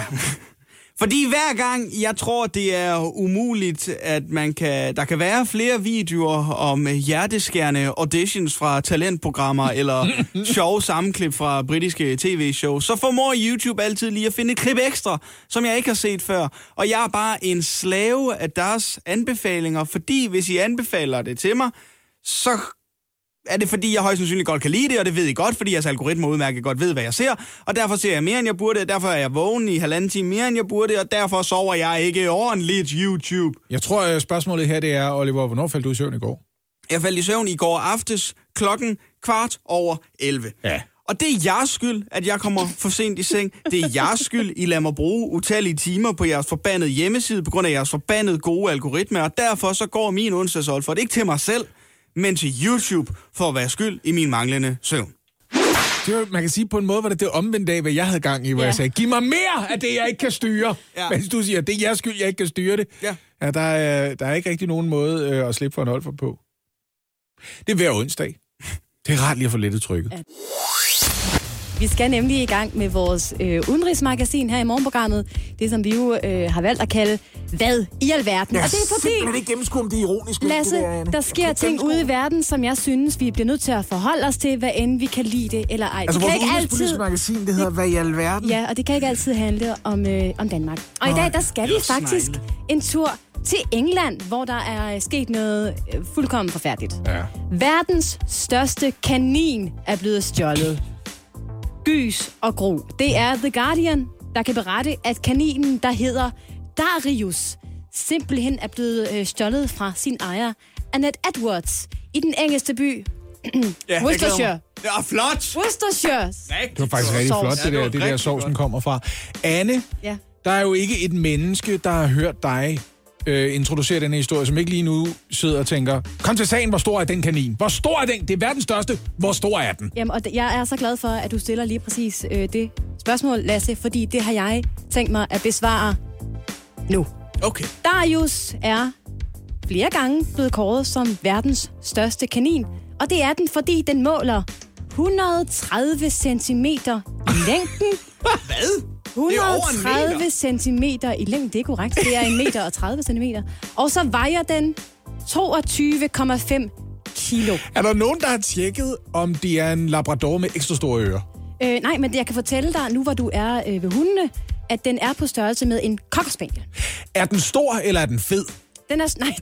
Fordi hver gang, jeg tror, det er umuligt, at der kan være flere videoer om hjerteskærende auditions fra talentprogrammer eller sjove sammenklip fra britiske tv-shows, så formår YouTube altid lige at finde et klip ekstra, som jeg ikke har set før. Og jeg er bare en slave af deres anbefalinger, fordi hvis I anbefaler det til mig, så er det fordi, jeg højst sandsynligt godt kan lide det, og det ved I godt, fordi jeres algoritmer udmærket godt ved, hvad jeg ser, og derfor ser jeg mere, end jeg burde, derfor er jeg vågen i 1,5 time mere, end jeg burde, og derfor sover jeg ikke ordentligt YouTube. Jeg tror, spørgsmålet her, det er, Oliver, hvornår faldt du i søvn i går? Jeg faldt i søvn i går aftes klokken 11:15. Ja. Og det er jeres skyld, at jeg kommer for sent i seng. Det er jeres skyld, I lader mig bruge utallige timer på jeres forbandede hjemmeside, på grund af jeres forbandede gode algoritmer, og derfor så går min onsdagsolfer ikke til mig selv, men til YouTube for at være skyld i min manglende søvn. Det var, man kan sige på en måde, var det omvendt af, hvad jeg havde gang i, hvor jeg sagde, giv mig mere af det, jeg ikke kan styre. Ja. Mens du siger, det er jeres skyld, jeg ikke kan styre det. Ja, der er ikke rigtig nogen måde at slippe for en olfer på. Det er hver onsdag. Det er ret lige at få lettet trykket. Ja. Vi skal nemlig i gang med vores udenrigsmagasin her i morgenprogrammet. Det, som vi jo har valgt at kalde Hvad i alverden? Ja, og det er fordi, simpelthen ikke gennemskue, om det er ironisk. Lasse, der sker ting ude i verden, som jeg synes, vi bliver nødt til at forholde os til, hvad end vi kan lide det eller ej. Altså det vores udenrigspolitiske magasin, det hedder Hvad i alverden? Ja, og det kan ikke altid handle om Danmark. Og i dag, der skal vi faktisk en tur til England, hvor der er sket noget fuldkommen forfærdeligt. Ja. Verdens største kanin er blevet stjålet. Gys og gru. Det er The Guardian, der kan berette, at kaninen, der hedder Darius, simpelthen er blevet stjålet fra sin ejer, Annette Edwards, i den engelske by Worcestershire. Ja, flot! Worcestershire. Det var faktisk rigtig flot, det der sovsen kommer fra. Anne, der er jo ikke et menneske, der har hørt dig introducere den her historie, som ikke lige nu sidder og tænker, kom til sagen, hvor stor er den kanin? Hvor stor er den? Det er verdens største. Hvor stor er den? Jamen, og jeg er så glad for, at du stiller lige præcis det spørgsmål, Lasse, fordi det har jeg tænkt mig at besvare nu. Okay. Darius er flere gange blevet kåret som verdens største kanin, og det er den, fordi den måler 130 centimeter i længden. Hvad? 130 centimeter i længden, det er korrekt. Det er 1,30 meter. Og så vejer den 22,5 kilo. Er der nogen, der har tjekket, om det er en labrador med ekstra store ører? Nej, men jeg kan fortælle dig, nu hvor du er ved hundene, at den er på størrelse med en cocker spaniel. Er den stor, eller er den fed? Den er fed.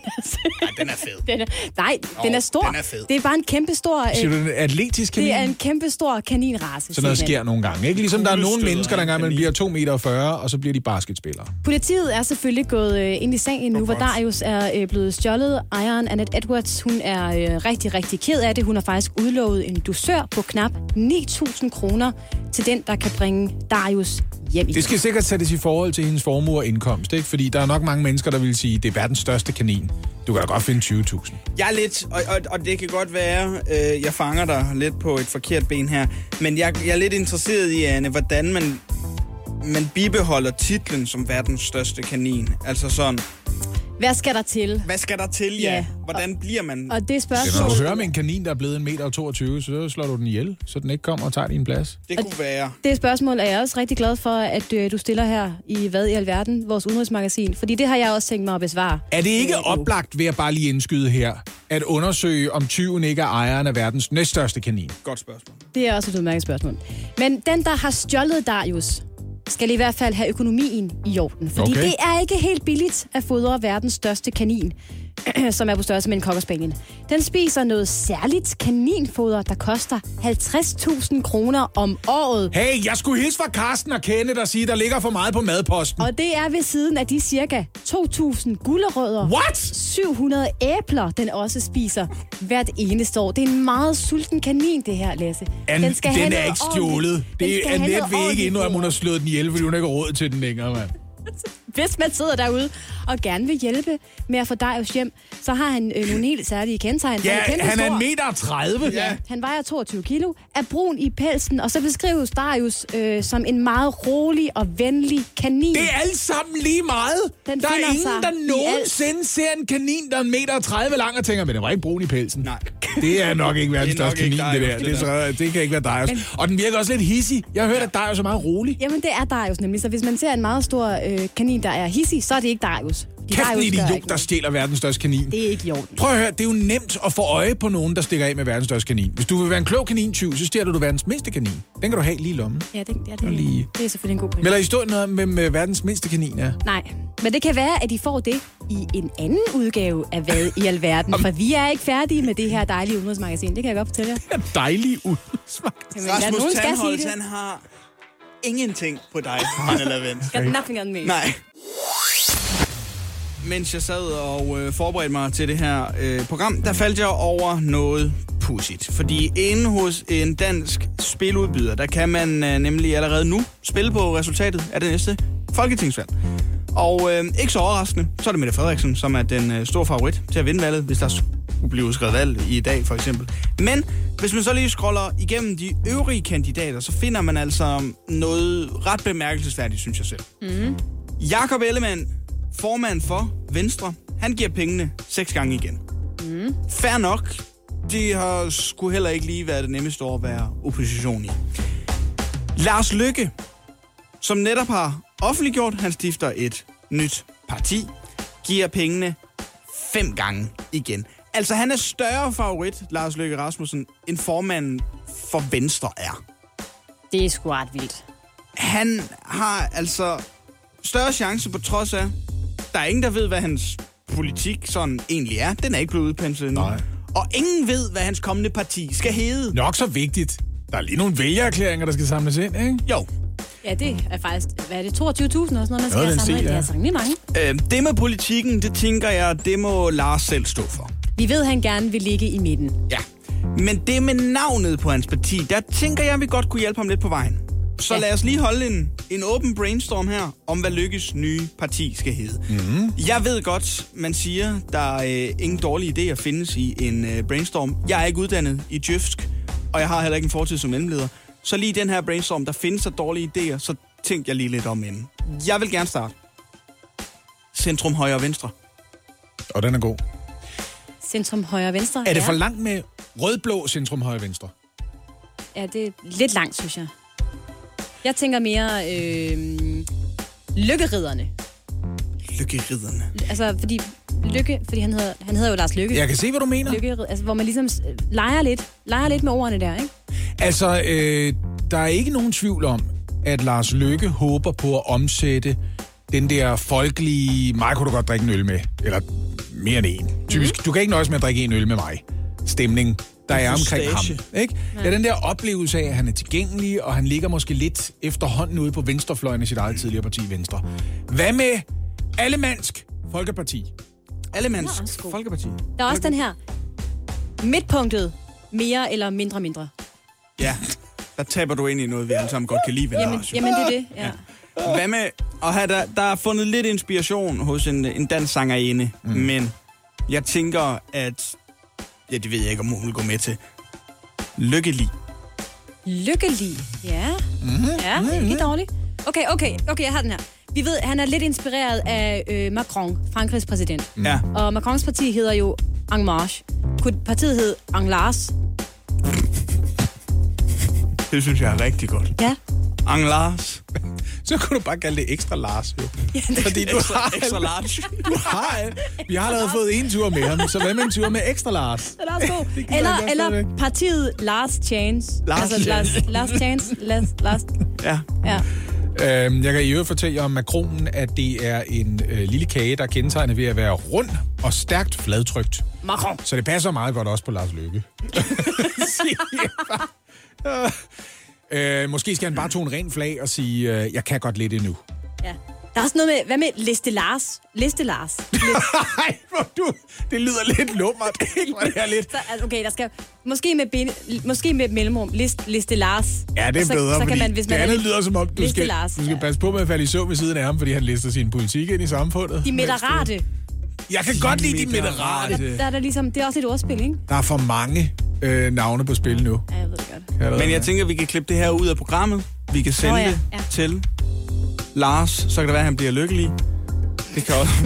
Den er stor. Den er fed. Det er bare en kæmpe stor... Siger du en atletisk kanin? Det er en kæmpe stor kaninrace. Så noget sker nogle gange, ikke? Ligesom der er nogle mennesker, der engang bliver 2,40 meter, og så bliver de basketspillere. Politiet er selvfølgelig gået ind i sagen nu, hvor Darius er blevet stjålet. Ejeren, Annette Edwards, hun er rigtig, rigtig ked af det. Hun har faktisk udlovet en dusør på knap 9.000 kroner til den, der kan bringe Darius hjem. Det skal sikkert sættes i forhold til hendes formue og indkomst, ikke? Fordi der er nok mange mennesker, der vil sige, det er verdens største kanin. Du kan da godt finde 20.000. Jeg er lidt, og det kan godt være, jeg fanger dig lidt på et forkert ben her, men jeg er lidt interesseret i, Anne, hvordan man bibeholder titlen som verdens største kanin. Altså sådan... Hvad skal der til? Hvad skal der til, ja? Hvordan bliver man... Og det spørgsmål... Det når du hører med en kanin, der er blevet 1,22 meter, så slår du den ihjel, så den ikke kommer og tager din plads. Det kunne være. Det spørgsmål er jeg også rigtig glad for, at du stiller her i Hvad i alverden, vores udenrigsmagasin. Fordi det har jeg også tænkt mig at besvare. Er det ikke oplagt, ved at bare lige indskyde her, at undersøge, om tyven ikke er ejeren af verdens næststørste kanin? Godt spørgsmål. Det er også et udmærket spørgsmål. Men den, der har stjålet Darius, skal i hvert fald have økonomien i orden. Fordi det er ikke helt billigt at fodre verdens største kanin, som er på størrelse med en cocker spaniel. Den spiser noget særligt kaninfoder, der koster 50.000 kroner om året. Hey, jeg skulle hilse fra Karsten og Kenneth og sige, der ligger for meget på madposten. Og det er ved siden af de cirka 2.000 gulerødder. What? 700 æbler, den også spiser hvert eneste år. Det er en meget sulten kanin, det her, Lasse. Den er ikke stjålet. Det er net ved ikke endnu, at hun har slået den ihjel, fordi hun ikke har råd til den længere, mand. Hvis man sidder derude og gerne vil hjælpe med at få Darius hjem, så har han nogle helt særlige kendetegn. Ja, han er 1,30 meter. Ja. Han vejer 22 kilo, er brun i pelsen, og så beskrives Darius som en meget rolig og venlig kanin. Det er alle sammen lige meget. Der er ingen, der nogensinde ser en kanin, der er 1,30 meter lang og tænker, men den var ikke brun i pelsen. Nej. Det er nok ikke verdens største kanin, det der. Det kan ikke være Darius. Og den virker også lidt hissig. Jeg har hørt, at Darius er meget rolig. Jamen, det er Darius nemlig. Så hvis man ser en meget stor kanin, der er hissig, så er det ikke Darius. Kæft en idiot, der stjæler verdens største kanin. Det er ikke i orden. Prøv at høre, det er jo nemt at få øje på nogen, der stikker af med verdens største kanin. Hvis du vil være en klog kanintyv, så stjæler du verdens mindste kanin. Den kan du have lige i lommen. Ja, det er selvfølgelig en god pointe. Men lad I stå noget med verdens mindste kanin, ja? Nej, men det kan være, at I får det i en anden udgave af Hvad i alverden. For vi er ikke færdige med det her dejlige udenrigsmagasin. Det kan jeg godt fortælle jer. Det er dejlige udenrigsmagasin. Rasmus Tandholdt, han har ingenting på dig, han eller vent. Got nothing on me. Nej. Mens jeg sad og forberedte mig til det her program, der faldt jeg over noget pudsigt. Fordi inde hos en dansk spiludbyder, der kan man nemlig allerede nu spille på resultatet af det næste folketingsvalg. Og ikke så overraskende, så er det Mette Frederiksen, som er den store favorit til at vinde valget, hvis der skulle blive udskrevet valg i dag for eksempel. Men hvis man så lige scroller igennem de øvrige kandidater, så finder man altså noget ret bemærkelsesværdigt, synes jeg selv. Mm. Jakob Ellemann, formand for Venstre, han giver pengene 6 gange igen. Mm. Fair nok. Det har sgu heller ikke lige været det nemmeste år at være opposition i. Lars Løkke, som netop har offentliggjort, han stifter et nyt parti, giver pengene 5 gange igen. Altså, han er større favorit, Lars Løkke Rasmussen, end formanden for Venstre er. Det er sgu ret vildt. Han har altså større chance på trods af, der er ingen, der ved, hvad hans politik sådan egentlig er. Den er ikke blevet udpenslet endnu. Nej. Og ingen ved, hvad hans kommende parti skal hedde. Nok så vigtigt. Der er lige nogle vælgererklæringer, der skal samles ind, ikke? Jo. Ja, det er faktisk, hvad er det, 22.000 og sådan noget, man skal samle ind. Det er altså rimelig mange. Det med politikken, det tænker jeg, det må Lars selv stå for. Vi ved, at han gerne vil ligge i midten. Ja, men det med navnet på hans parti, der tænker jeg, at vi godt kunne hjælpe ham lidt på vejen. Så lad os lige holde en åben brainstorm her, om hvad Løkkes nye parti skal hedde. Mm-hmm. Jeg ved godt, man siger, der er ingen dårlige idéer findes i en brainstorm. Jeg er ikke uddannet i djøfsk, og jeg har heller ikke en fortid som mellemleder. Så lige den her brainstorm, der findes der dårlige idéer, så tænkte jeg lige lidt om inden. Jeg vil gerne starte. Centrum, højre og venstre. Og den er god. Centrum, højre og venstre? Er det for langt med rød-blå centrum, højre og venstre? Ja, det er lidt langt, synes jeg. Jeg tænker mere Lykkeridderne. Lykkeridderne? Altså, fordi han hedder jo Lars Løkke. Jeg kan se, hvad du mener. Altså, hvor man ligesom leger lidt med ordene der, ikke? Altså, der er ikke nogen tvivl om, at Lars Løkke håber på at omsætte den der folkelige, mig kunne du godt drikke en øl med, eller mere end en. Typisk, du kan ikke nøjes med at drikke en øl med mig. Stemning, der er omkring ham. Ikke? Det er den der oplevelse af, at han er tilgængelig, og han ligger måske lidt efterhånden ude på venstrefløjen i sit eget tidligere parti, Venstre. Hvad med Allemansk Folkeparti? Allemansk Folkeparti. Der er også den her midtpunktet, mere eller mindre. Ja, der taber du ind i noget, vi alle sammen godt kan lide. Jamen det er det, ja. Hvad med at have der er fundet lidt inspiration hos en dansk sangerinde, men jeg tænker, at ja, det ved jeg ikke, om hun vil gå med til. Lykkelig. Lykkelig, ja. Ja, ikke dårligt. Okay, jeg har den her. Vi ved, han er lidt inspireret af Macron, Frankrigs præsident. Ja. Og Macrons parti hedder jo En Marche. Kunne partiet hedde En Lars? Det synes jeg er rigtig godt. Ja. En Lars. Så kunne du bare kalde det Ekstra Lars, jo. Ja, fordi du har Ekstra Large. Vi har allerede fået en tur med ham, så hvad med en tur med Ekstra Lars? Så lad os gå. Eller partiet Last Chance. Last Chance. Last. Ja. Jeg kan i øvrigt fortælle jer om makronen, at det er en lille kage, der er kendetegnet ved at være rund og stærkt fladtrykt. Macron. Så det passer meget godt også på Lars Løkke. Måske skal han bare tone ren flag og sige, jeg kan godt lidt endnu. Ja. Der er også noget med, hvad med Liste Lars? Nej, det lyder lidt lummert, ikke? Hvor det er lidt. Så, okay, der skal måske med et mellemrum. Liste Lars. Ja, det er bedre, så fordi kan man, hvis det man andet lyder som om, du skal passe på med at falde i søvn ved siden af ham, fordi han lister sin politik ind i samfundet. De midterrate. Jeg kan godt lide de midterate. Der er der ligesom, det er også et ordspil, ikke? Der er for mange navne på spil nu. Ja, jeg ved det godt. Men jeg tænker, at vi kan klippe det her ud af programmet. Vi kan sende det til Lars, så kan det være, at han bliver lykkelig. Det kan også...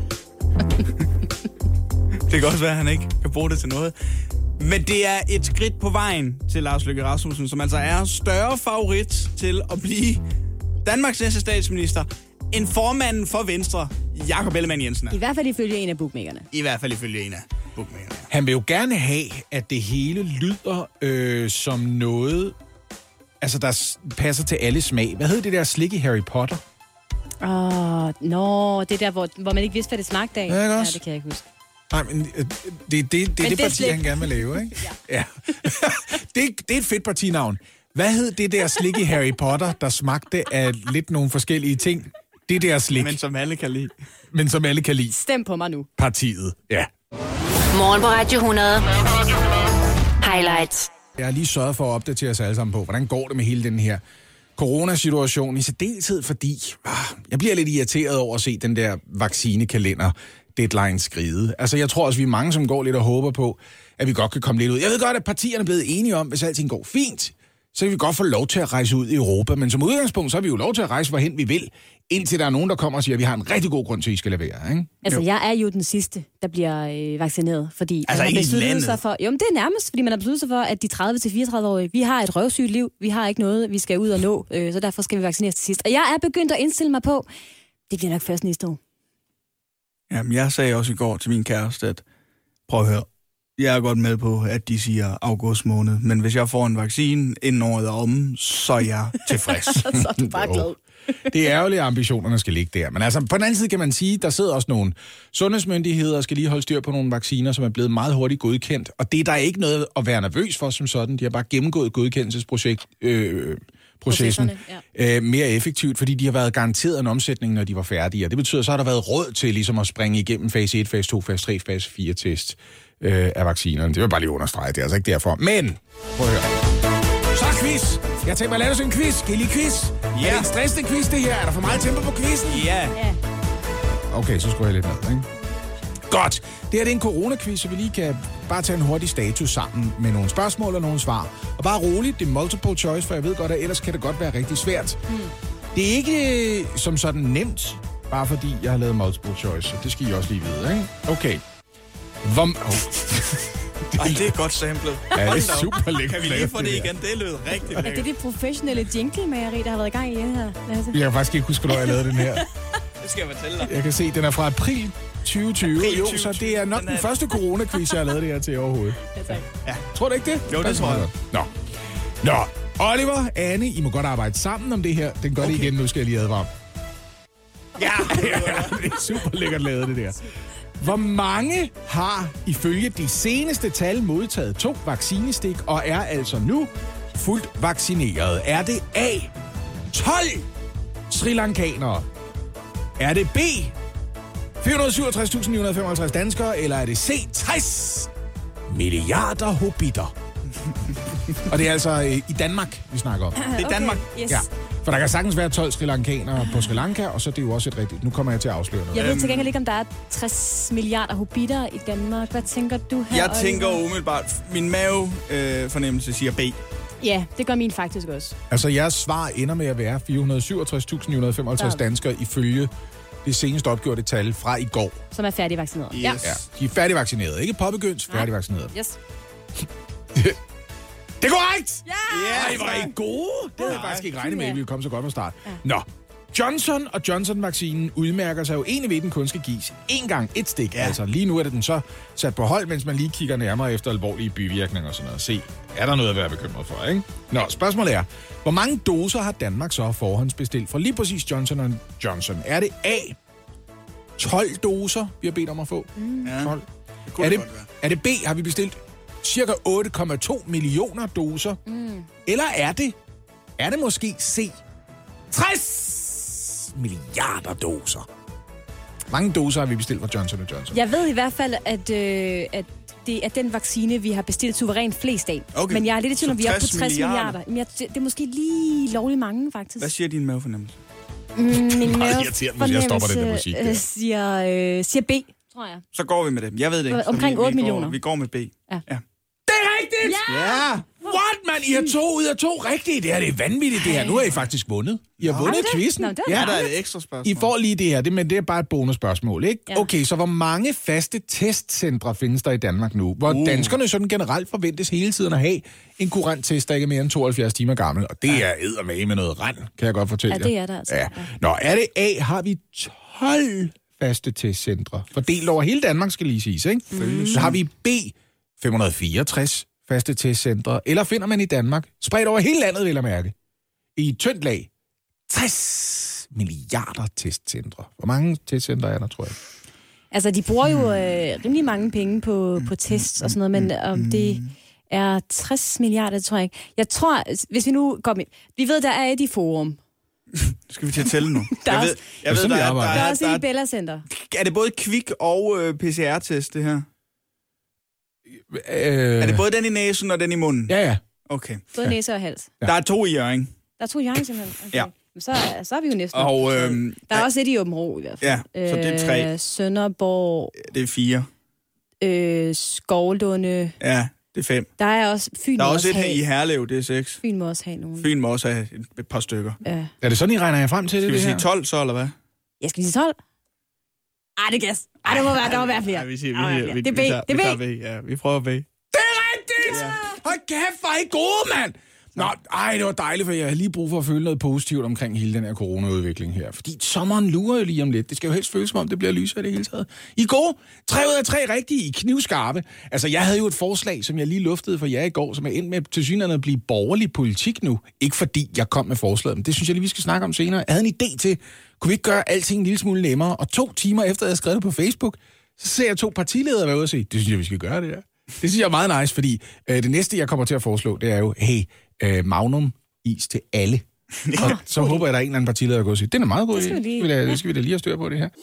det kan også være, at han ikke kan bruge det til noget. Men det er et skridt på vejen til Lars Løkke Rasmussen, som altså er større favorit til at blive Danmarks næste statsminister end formanden for Venstre, Jakob Ellemann-Jensen. I hvert fald ifølge en af bookmakerne. Han vil jo gerne have, at det hele lyder som noget, altså der passer til alle smag. Hvad hed det der slik i Harry Potter? Det der, hvor man ikke vidste, hvad det smagte af. Ja, det kan jeg ikke huske. Nej, men det er det parti, han gerne vil lave, ikke? Ja. Det er et fedt partinavn. Hvad hed det der slik i Harry Potter, der smagte af lidt nogle forskellige ting? Det der slik. Men som alle kan lide. Stem på mig nu. Partiet, ja. Morgen på Radio 100. Highlights. Jeg har lige sørget for at opdatere os alle sammen på, hvordan går det med hele den her coronasituation, i særdeleshed fordi jeg bliver lidt irriteret over at se den der vaccinekalender deadline skride. Altså, jeg tror også, vi er mange, som går lidt og håber på, at vi godt kan komme lidt ud. Jeg ved godt, at partierne er blevet enige om, hvis alting går fint, så kan vi godt få lov til at rejse ud i Europa. Men som udgangspunkt, så er vi jo lov til at rejse, hvorhen vi vil, indtil der er nogen, der kommer og siger, at vi har en rigtig god grund til, at I skal levere. Ikke? Altså, jeg er jo den sidste, der bliver vaccineret, fordi altså, man har besluttet sig for... Jo, men det er nærmest, fordi man har besluttet sig for, at de 30-34-årige, vi har et røvsygt liv, vi har ikke noget, vi skal ud og nå, så derfor skal vi vaccineres til sidst. Og jeg er begyndt at indstille mig på, det bliver nok først næste år. Jamen, jeg sagde også i går til min kæreste, at prøv at høre, jeg er godt med på, at de siger august måned, men hvis jeg får en vaccine inden året er omme, så er jeg tilfreds. Så er du bare glad. Det er ærgerligt, at ambitionerne skal ligge der. Men altså, på den anden side kan man sige, der sidder også nogle sundhedsmyndigheder og skal lige holde styr på nogle vacciner, som er blevet meget hurtigt godkendt. Og det er der ikke noget at være nervøs for som sådan. De har bare gennemgået godkendelsesprocessen mere effektivt, fordi de har været garanteret en omsætning, når de var færdige. Og det betyder, så har der været råd til ligesom at springe igennem fase 1, fase 2, fase 3, fase 4 test af vaccinerne. Det vil jeg bare lige understrege. Det er altså ikke derfor. Men, prøv at høre. Så er quiz. Jeg tænker mig at lave sådan en quiz. Skal I lide quiz? Ja. Er det en stressende quiz, det her? Er der for meget tempo på quizzen? Ja. Okay, så skruer jeg lidt ned, ikke? Godt. Det her er en coronaquiz, så vi lige kan bare tage en hurtig status sammen med nogle spørgsmål og nogle svar. Og bare roligt, det er multiple choice, for jeg ved godt, at ellers kan det godt være rigtig svært. Det er ikke som sådan nemt, bare fordi jeg har lavet multiple choice. Det skal I også lige vide, ikke? Okay. Det er godt samlet. Ja, det er super lækkert. Kan vi lige få det igen? Det lød rigtig lækkert. Er det professionelle jingle-mageri, der har været i gang i det her? Jeg kan faktisk ikke huske, hvornår jeg lavede den her. Det skal jeg fortælle dig. Jeg kan se, den er fra april 2020. Jo, så det er nok den første corona-quiz, jeg har lavet det her til overhovedet. Ja. Tror du ikke det? Jo, det tror jeg. Nå. Oliver, Anne, I må godt arbejde sammen om det her. Den gør det igen, nu skal jeg lige advare. Ja, det er super lækkert lavet, det der. Hvor mange har ifølge de seneste tal modtaget 2 vaccinestik og er altså nu fuldt vaccineret? Er det A, 12 Sri Lankanere? Er det B, 467.955 danskere? Eller er det C, 60 milliarder hobitter? Og det er altså i Danmark, vi snakker om. Det er Danmark. Yes. Ja. For der kan sagtens være 12 Sri Lankanere på Sri Lanka, og så er det jo også et rigtigt. Nu kommer jeg til at afsløre noget. Jeg ved til gengæld ikke, om der er 60 milliarder hobitter i Danmark. Hvad tænker du her? Jeg tænker umiddelbart, min mavefornemmelse siger B. Ja, det gør min faktisk også. Altså, jeres svar ender med at være 467.955 danskere ifølge det seneste opgjorte tal fra i går. Som er færdigvaccineret. Yes. Ja. Ja, de er færdigvaccineret. Ikke påbegyndt, færdigvaccineret. Yes. Det er korrekt! Ja! Ej, hvor er I gode! Det havde jeg faktisk ikke regnet med, at vi ville komme så godt fra start. Ja. Nå, Johnson & Johnson-vaccinen udmærker sig jo egentlig ved, at den kun skal gives én gang et stik. Ja. Altså, lige nu er det den så sat på hold, mens man lige kigger nærmere efter alvorlige bivirkninger og sådan noget. Se, er der noget at være bekymret for, ikke? Nå, spørgsmålet er, hvor mange doser har Danmark så forhåndsbestilt fra lige præcis Johnson & Johnson? Er det A, 12 doser, vi har bedt om at få? 12. Er det B, har vi bestilt cirka 8,2 millioner doser? Eller er det måske C, 60 milliarder doser? Mange doser har vi bestilt fra Johnson & Johnson. Jeg ved i hvert fald, at det er den vaccine, vi har bestilt suverænt flest af. Okay. Men jeg er lidt i tvivl, om vi er på 60 milliarder. Men det er måske lige lovligt mange, faktisk. Hvad siger din mavefornemmelse? Min mavefornemmelse siger B, tror jeg. Så går vi med det. Jeg ved det ikke. Omkring 8 millioner. Vi går med B. Ja. Det er rigtigt! Ja! What, man? I har 2 ud af 2 rigtige. Det er vanvittigt, det her. Nu har I faktisk vundet. I har vundet quizzen. Ja, der er et ekstra spørgsmål. I får lige det her, men det er bare et bonusspørgsmål, ikke? Ja. Okay, så hvor mange faste testcentre findes der i Danmark nu? Hvor danskerne sådan generelt forventes hele tiden at have en kurant test, der ikke er mere end 72 timer gammel. Og det er eddermage med noget rand, kan jeg godt fortælle jer. Ja, det er der altså. Ja. Nå, er det A, har vi 12 faste testcentre. Fordelt over hele Danmark, skal lige siges, ikke? Så har vi B, 564 faste testcentre. Eller finder man i Danmark, spredt over hele landet, vil jeg mærke, i et tyndt lag, 60 milliarder testcentre. Hvor mange testcentre er der, tror jeg? Altså, de bruger jo rimelig mange penge på tests og sådan noget, men om det er 60 milliarder, tror jeg ikke. Jeg tror, hvis vi nu går med... Vi ved, der er et i Forum. Skal vi til at tælle nu? Der er der også et i Bella Center. Er det både Kvik og PCR-test, det her? Er det både den i næsen og den i munden? Ja. Okay. Både næse og hals. Ja. Der er 2 i Hjørring. Der er 2 i Hjørring, simpelthen? Okay. Ja. Så er vi jo næsten. Og, der er også et i Åbenrå, i hvert fald. Ja, så det er 3. Sønderborg. Det er 4. Skovlunde. Ja, det er 5. Der er også Fyn. Der er også et her i Herlev, det er 6. Fyn må også have nogen. Fyn må også have et par stykker. Ja. Er det sådan, I regner jer frem til det? Skal vi sige 12 så, eller hvad? Jeg skal sige 12. Det gas. Der må være flere. Det er B. Ja, vi prøver B. Det er rigtigt! Ja. Hold kæft, hvor er I gode, mand! Nå, det var dejligt, for jeg har lige brug for at føle noget positivt omkring hele den her coronaudvikling her. Fordi sommeren lurer jo lige om lidt. Det skal jo helst føles som om, det bliver lysere i det hele taget. I går, 3 ud af 3 rigtige, I knivskarpe. Altså, jeg havde jo et forslag, som jeg lige luftede for jer i går, som er endt med tilsyneladende at blive borgerlig politik nu. Ikke fordi jeg kom med forslaget, men det synes jeg lige, vi skal snakke om senere. Jeg havde en idé til, kunne vi ikke gøre alting en lille smule nemmere? Og 2 timer efter, jeg havde skrevet det på Facebook, så ser jeg 2 partiledere være ude og sige, det synes jeg, vi skal gøre det der. Det synes jeg er meget nice, fordi det næste, jeg kommer til at foreslå, det er jo, hey, Magnum is til alle. Og så håber jeg, der er en eller anden partileder, der går og sige, det er meget god idé. Det skal vi da lige have styr på det her.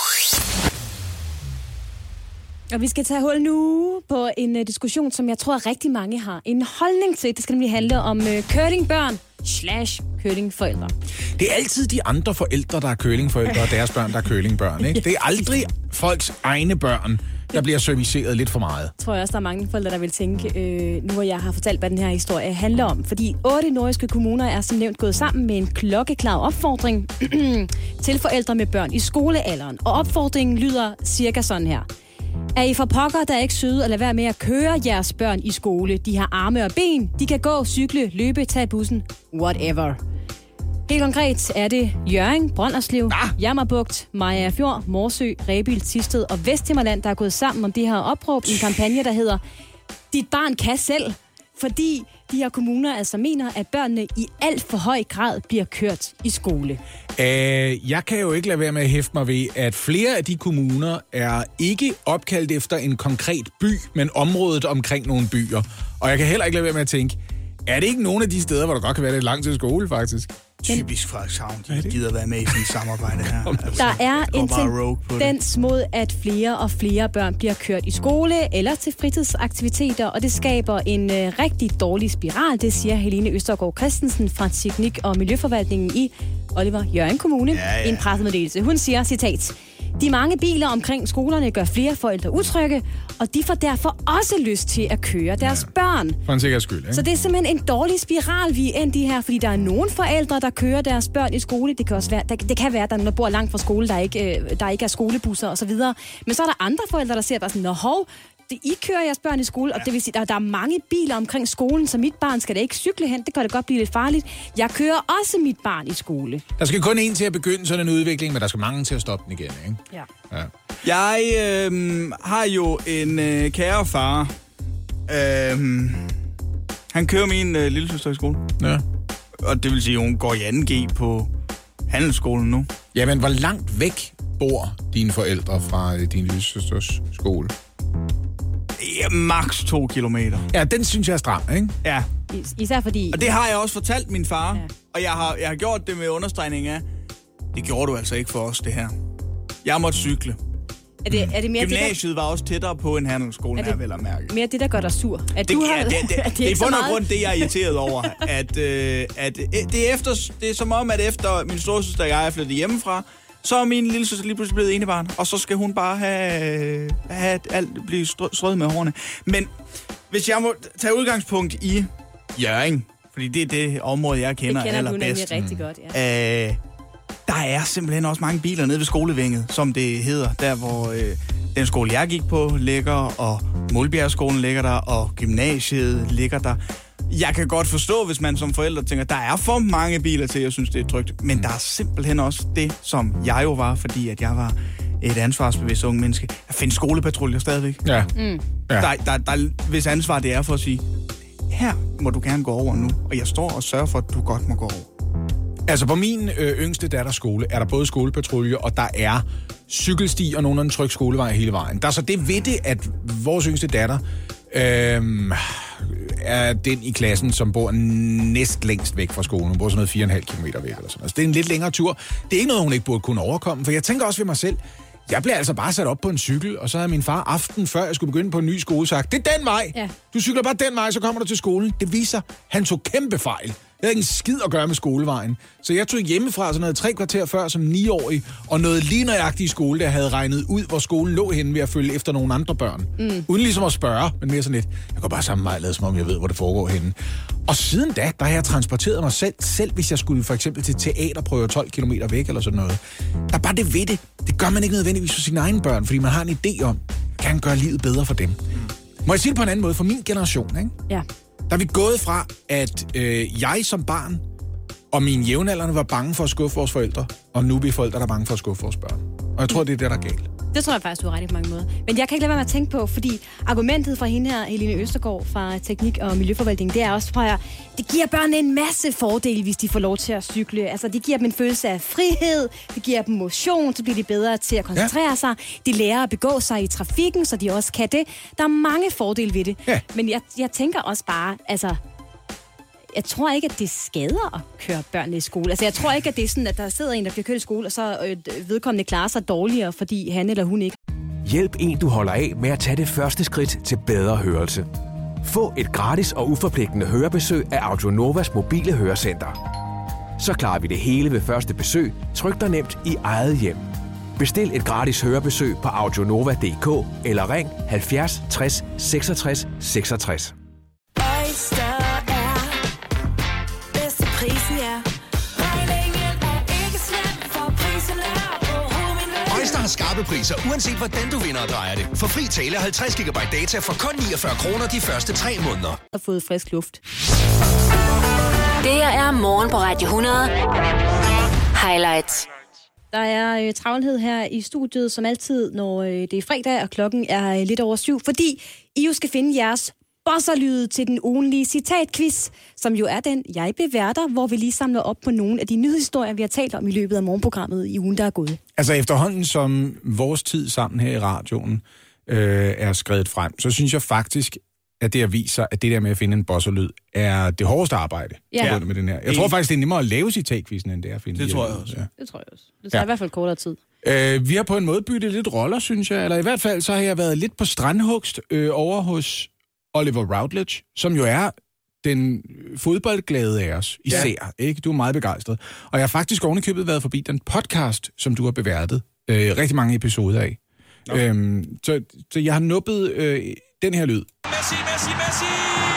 Og vi skal tage hul nu på en diskussion, som jeg tror rigtig mange har en holdning til. Det skal nemlig handle om curlingbørn / curlingforældre. Det er altid de andre forældre, der er curlingforældre, og deres børn, der er curlingbørn, ikke? Det er aldrig folks egne børn, der bliver serviceret lidt for meget. Jeg tror også, der er mange forældre, der vil tænke, nu hvor jeg har fortalt, hvad den her historie handler om. Fordi 8 nordjyske kommuner er som nævnt gået sammen med en klokkeklar opfordring til forældre med børn i skolealderen. Og opfordringen lyder cirka sådan her. Er I for pokker, der er ikke søde, og lad være med at køre jeres børn i skole? De har arme og ben, de kan gå, cykle, løbe, tage bussen, whatever. Helt konkret er det Hjørring, Brønderslev, Jammerbugt, Mariagerfjord, Morsø, Rebild, Thisted og Vesthimmerland, der er gået sammen om det her opråb i en kampagne, der hedder Dit barn kan selv. Fordi de her kommuner altså mener, at børnene i alt for høj grad bliver kørt i skole. Jeg kan jo ikke lade være med at hæfte mig ved, at flere af de kommuner er ikke opkaldt efter en konkret by, men området omkring nogle byer. Og jeg kan heller ikke lade være med at tænke, er det ikke nogen af de steder, hvor der godt kan være lidt langt til skole, faktisk? Typisk Frederikshavn, de gider være med i sådan et samarbejde her. Altså, der er en tendens mod, at flere og flere børn bliver kørt i skole eller til fritidsaktiviteter, og det skaber en rigtig dårlig spiral, det siger Helene Østergaard Christensen fra Teknik- og Miljøforvaltningen i Oliver Hjørring Kommune i en pressemeddelelse. Hun siger, citat, de mange biler omkring skolerne gør flere forældre utrygge, og de får derfor også lyst til at køre deres børn. For en sikker skyld, ikke? Så det er simpelthen en dårlig spiral, vi er endt i her, fordi der er nogle forældre, der kører deres børn i skole. Det kan også være, det kan være, at der bor langt fra skole, der ikke er skolebusser osv. Men så er der andre forældre, der ser bare sådan, I kører jeres børn i skole, og det vil sige, at der er mange biler omkring skolen, så mit barn skal da ikke cykle hen. Det kan da godt blive lidt farligt. Jeg kører også mit barn i skole. Der skal kun en til at begynde sådan en udvikling, men der skal mange til at stoppe den igen, ikke? Ja. Jeg har jo en kære far. Han kører min lille søster i skole. Ja. Og det vil sige, at hun går i 2G på handelsskolen nu. Jamen, hvor langt væk bor dine forældre fra din lille søsters skole? Ja, maks 2 kilometer. Ja, den synes jeg er stram, ikke? Ja. Især fordi... Og det har jeg også fortalt min far. Ja. Og jeg har gjort det med understregning af, det gjorde du altså ikke for os, det her. Jeg måtte cykle. Er det mere Gymnasiet var også tættere på en handelsskole, her vel at mærke. Mere det, der gør dig sur? Det er i bund og grund det, jeg er irriteret over. Det er som om, at efter min storesøster og jeg er flyttet hjemmefra, så er min lille søster lige pludselig blevet enebarn, og så skal hun bare have alt blive strøget med hårene. Men hvis jeg må tage udgangspunkt i Hjørring, fordi det er det område, jeg kender allerbedst. Det kender du nemlig rigtig godt, ja. Der er simpelthen også mange biler nede ved skolevænget, som det hedder. Der, hvor den skole, jeg gik på, ligger, og Målbjergskolen ligger der, og gymnasiet ligger der. Jeg kan godt forstå, hvis man som forældre tænker, der er for mange biler til, jeg synes, det er trygt. Men der er simpelthen også det, som jeg jo var, fordi at jeg var et ansvarsbevidst ung menneske. Der findes skolepatruljer stadigvæk. Ja. Der, hvis ansvar det er for at sige, her må du gerne gå over nu, og jeg står og sørger for, at du godt må gå over. Altså på min yngste datters skole er der både skolepatruljer, og der er cykelsti og nogenlunde tryg skolevej hele vejen. Der er så det ved det, at vores yngste datter er den i klassen, som bor næst længst væk fra skolen. Hun bor sådan noget 4,5 kilometer væk eller sådan. Altså, det er en lidt længere tur. Det er ikke noget, hun ikke burde kunne overkomme, for jeg tænker også ved mig selv, jeg blev altså bare sat op på en cykel, og så havde min far aften før jeg skulle begynde på en ny skole sagt, det er den vej! Ja. Du cykler bare den vej, så kommer du til skolen. Det viser, han tog kæmpe fejl. Jeg havde ikke en skid at gøre med skolevejen. Så jeg tog hjemmefra sådan noget 3 kvarter før som 9-årig, og noget lige nøjagtigt i skole, der havde regnet ud, hvor skolen lå henne ved at følge efter nogle andre børn. Uden ligesom at spørge, men mere sådan lidt, jeg går bare sammen med mig, lad som om jeg ved, hvor det foregår henne. Og siden da, der har jeg transporteret mig selv hvis jeg skulle for eksempel til teaterprøve 12 kilometer væk eller sådan noget. Der er bare det ved det. Det gør man ikke nødvendigvis for sine egne børn, fordi man har en idé om, kan han gøre livet bedre for dem. Må jeg sige det på en anden måde? For min generation, ikke? Ja. Der er vi gået fra, at jeg som barn og mine jævnaldrende var bange for at skuffe vores forældre, og nu er vi forældre, der er bange for at skuffe vores børn. Og jeg tror, det er det, der er galt. Det tror jeg faktisk, du har ret i på mange måder. Men jeg kan ikke lade være med at tænke på, fordi argumentet fra hende her, Helene Østergaard fra Teknik- og Miljøforvaltningen, det er også, at det giver børnene en masse fordele, hvis de får lov til at cykle. Altså, det giver dem en følelse af frihed, det giver dem motion, så bliver de bedre til at koncentrere sig. De lærer at begå sig i trafikken, så de også kan det. Der er mange fordele ved det. Ja. Men jeg tænker også bare, altså, jeg tror ikke, at det skader at køre børnene i skole. Altså, jeg tror ikke, at det er sådan, at der sidder en, der bliver kørt i skole, og så vedkommende klarer sig dårligere, fordi han eller hun ikke. Hjælp en, du holder af med at tage det første skridt til bedre hørelse. Få et gratis og uforpligtende hørebesøg af Audionovas mobile hørecenter. Så klarer vi det hele ved første besøg, tryk dig nemt i eget hjem. Bestil et gratis hørebesøg på audionova.dk eller ring 70 60 66 66. Øjster har skarpe priser, uanset hvordan du vinder og drejer det. For fri tale 50 GB data for kun 49 kroner de første 3 måneder. Og fået frisk luft. Det her er morgen på Radio 100. Highlights. Der er travlhed her i studiet, som altid, når det er fredag, og klokken er lidt over 7, fordi I jo skal finde jeres bosserlyde til den ugenlige citatquiz, som jo er den, jeg beværter, hvor vi lige samler op på nogle af de nyhedshistorier, vi har talt om i løbet af morgenprogrammet i ugen, der er gået. Altså efterhånden, som vores tid sammen her i radioen er skrevet frem, så synes jeg faktisk, at det viser, at det der med at finde en bosserlyd er det hårdeste arbejde. Ja. Med den her. Jeg tror faktisk, det er nemmere at lave citatquizzen, end det er at finde. Det tror jeg også. Ja. Det tror jeg også. Det tager i hvert fald kortere tid. Vi har på en måde byttet lidt roller, synes jeg. Eller i hvert fald, så har jeg været lidt på strandhugst over hos Oliver Routledge, som jo er den fodboldglade af os, især. Ikke? Du er meget begejstret. Og jeg har faktisk ovenikøbet været forbi den podcast, som du har beværtet rigtig mange episoder af. Okay. Så jeg har nuppet den her lyd. Messi, Messi, Messi!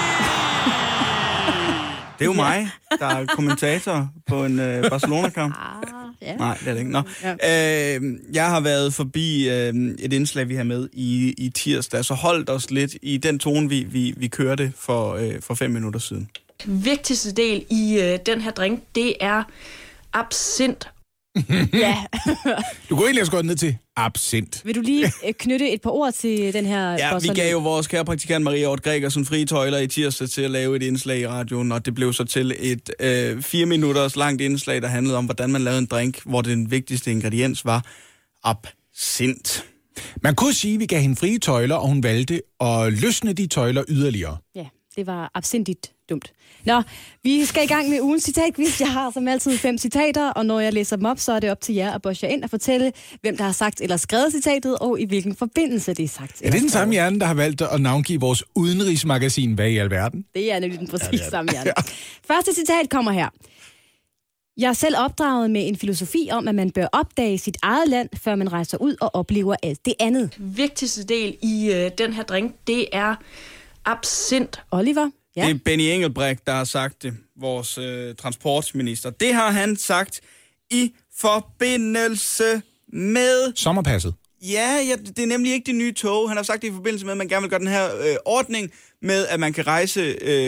Det er jo mig, der er kommentator på en Barcelona-kamp. Nej, det er det ikke. Nå. Jeg har været forbi et indslag, vi har med i tirsdag, så holdt os lidt i den tone, vi kørte for 5 minutter siden. Vigtigste del i den her drink, det er absint. Ja. Du kunne egentlig også gå ned til absint. Vil du lige knytte et par ord til den her Ja, vi gav jo vores kære praktikant Maria Ort Gregersen frie tøjler i tirsdag til at lave et indslag i radioen, og det blev så til et 4 minutters langt indslag, der handlede om, hvordan man lavede en drink, hvor den vigtigste ingrediens var absint. Man kunne sige, at vi gav hende frie tøjler, og hun valgte at løsne de tøjler yderligere. Ja, det var absindigt dumt. Nå, vi skal i gang med ugens citatquiz. Jeg har som altid 5 citater, og når jeg læser dem op, så er det op til jer at bosse jer ind og fortælle, hvem der har sagt eller skrevet citatet, og i hvilken forbindelse det er sagt. Er det den samme hjerne, der har valgt at navngive vores udenrigsmagasin Hvad i alverden? Det er nemlig den præcis samme hjerne. Første citat kommer her. Jeg er selv opdraget med en filosofi om, at man bør opdage sit eget land, før man rejser ud og oplever alt det andet. Vigtigste del i den her drink, det er absint. Oliver? Ja. Det er Benny Engelbrecht, der har sagt det, vores transportminister. Det har han sagt i forbindelse med... Sommerpasset. Ja, det er nemlig ikke de nye tog. Han har sagt det i forbindelse med, at man gerne vil gøre den her ordning med, at man kan rejse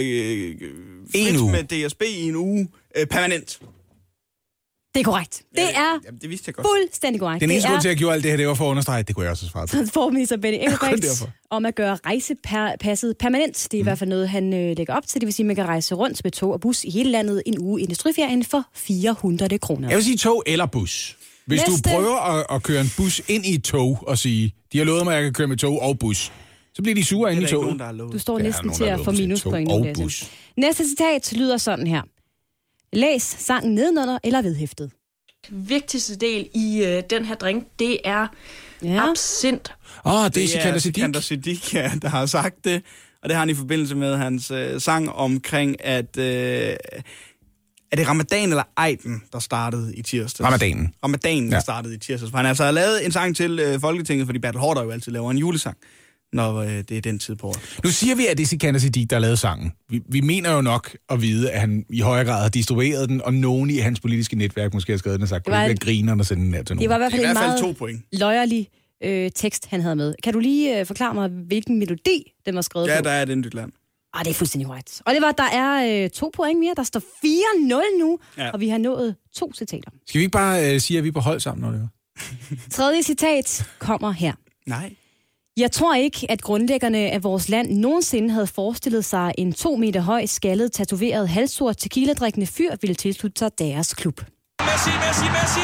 frit med DSB i en uge permanent. Det er korrekt. Det er det vidste jeg godt. Fuldstændig korrekt. Den eneste grund til, at jeg gjorde alt det her, det var for at understrege, det kunne jeg også svare på. Transportminister Benny Engelbrecht om at gøre rejsepasset permanent. Det er i hvert fald noget, han lægger op til. Det vil sige, at man kan rejse rundt med tog og bus i hele landet en uge i industriferien for 400 kroner. Jeg vil sige tog eller bus. Hvis du prøver at køre en bus ind i et tog og sige, de har lovet mig, at jeg kan køre med tog og bus, så bliver de sure inde i toget. Du står næsten til at få minuspoint nu. Næste citat lyder sådan her. Læs sangen nedenunder eller vedhæftet. Vigtigste del i den her drink, det er absint. Det er Sikander Siddiq, der har sagt det, og det har han i forbindelse med hans sang omkring, at... Er det Ramadan eller Ejden, der startede i tirsdags? Ramadanen, der startede i tirsdags. For han altså har lavet en sang til Folketinget, fordi Bertel Haarder jo altid laver en julesang, når det er den tid på året. Nu siger vi, at det er Sikander Siddiq, der har lavet sangen. Vi mener jo nok at vide, at han i højere grad har distribueret den, og nogen i hans politiske netværk måske har skrevet den og sagt, at det griner og sende den her til nogen. Det var i hvert fald en meget 2 point. løjerlig tekst, han havde med. Kan du lige forklare mig, hvilken melodi den var skrevet på? Ja, der er den dit land. Det er fuldstændig korrekt. Og det var, der er 2 point mere. Der står 4-0 nu, og vi har nået 2 citater. Skal vi ikke bare sige, at vi er på hold sammen, når det er? Tredje citat kommer her. Nej. Jeg tror ikke, at grundlæggerne af vores land nogensinde havde forestillet sig, en 2 meter høj, skaldet, tatoveret, halvsort, tequila-drikkende fyr ville tilslutte sig deres klub. Messi, Messi, Messi!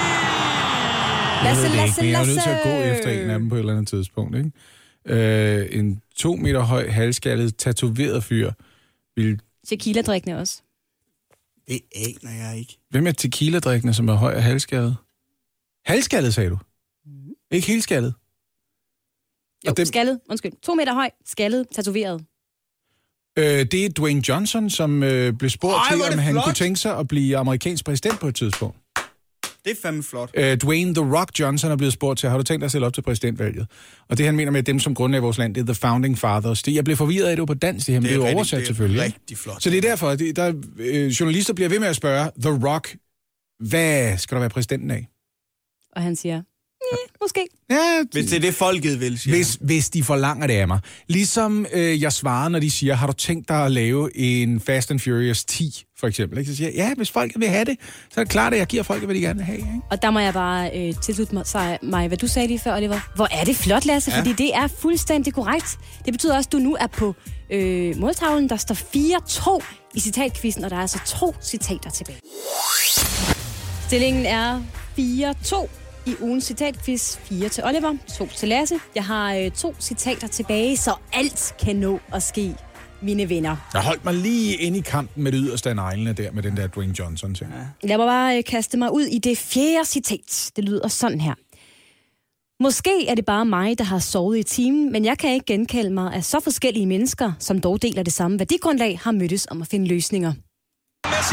Lasse. Jeg er nødt til at gå efter en af dem på et eller andet tidspunkt, ikke? En 2 meter høj, halvskaldet, tatoveret fyr vil... Tequila-drikkende også. Det aner jeg ikke. Hvem er tequila-drikkende, som er høj og halvskaldet? Halvskaldet, sagde du? Ikke helskaldet? Jo, skaldet. Undskyld. 2 meter høj, skaldet, tatoveret. Det er Dwayne Johnson, som blev spurgt til, om han kunne tænke sig at blive amerikansk præsident på et tidspunkt. Det er fandme flot. Dwayne The Rock Johnson er blevet spurgt til, har du tænkt dig at stille op til præsidentvalget? Og det han mener med dem, som grundlagde vores land, det er The Founding Fathers. Jeg blev forvirret af, det var på dansk, det her, men det er jo oversat selvfølgelig. Det er rigtig flot. Så det er derfor, at journalister bliver ved med at spørge The Rock, hvad skal der være præsidenten af? Og han siger, Måske. Ja, hvis det er det, folket vil, siger hvis de forlanger det af mig. Ligesom jeg svarer, når de siger, har du tænkt dig at lave en Fast and Furious 10, for eksempel? Ikke? Så siger jeg, ja, hvis folket vil have det, så er det klart, at jeg giver folket, hvad de gerne vil have. Ikke? Og der må jeg bare tilslutte mig, hvad du sagde lige før, Oliver. Hvor er det flot, Lasse, fordi det er fuldstændig korrekt. Det betyder også, at du nu er på måltavlen. Der står 4-2 i citatkvisten, og der er altså 2 citater tilbage. Stillingen er 4-2 i ugens citatquiz. 4 til Oliver, 2 til Lasse. Jeg har 2 citater tilbage, så alt kan nå at ske, mine venner. Jeg holdt mig lige inde i kampen med det yderste af neglene der, med den der Dwayne Johnson. Ja. Lad mig bare kaste mig ud i det 4. citat. Det lyder sådan her. Måske er det bare mig, der har sovet i timen, men jeg kan ikke genkalde mig, at så forskellige mennesker, som dog deler det samme værdigrundlag, har mødtes om at finde løsninger. Messi!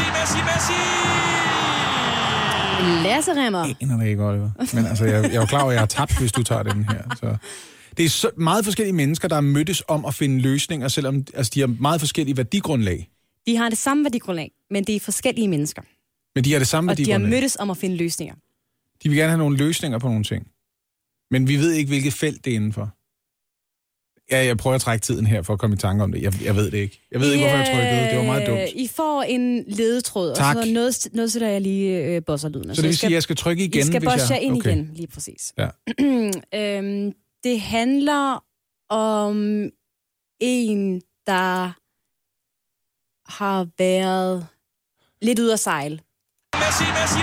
Lasse Remmer. Aner det ikke, Oliver. Men altså, jeg er jo klar over, at jeg har tabt, hvis du tager den her. Så. Det er meget forskellige mennesker, der er mødtes om at finde løsninger, selvom altså, de har meget forskellige værdigrundlag. De har det samme værdigrundlag, men det er forskellige mennesker. Men de har det samme værdigrundlag. Og de har mødtes om at finde løsninger. De vil gerne have nogle løsninger på nogle ting. Men vi ved ikke, hvilket felt det er indenfor. Ja, jeg prøver at trække tiden her for at komme i tanke om det. Jeg ved det ikke. Jeg ved ikke, hvorfor jeg trykkede. Det var meget dumt. I får en ledetråd, tak. Og så noget sætter jeg lige bosserlyden. Så det vil sige, at jeg skal trykke igen, hvis jeg... I skal bosse jer ind okay. igen, lige præcis. Ja. Det handler om en, der har været lidt ude at sejle. Messi!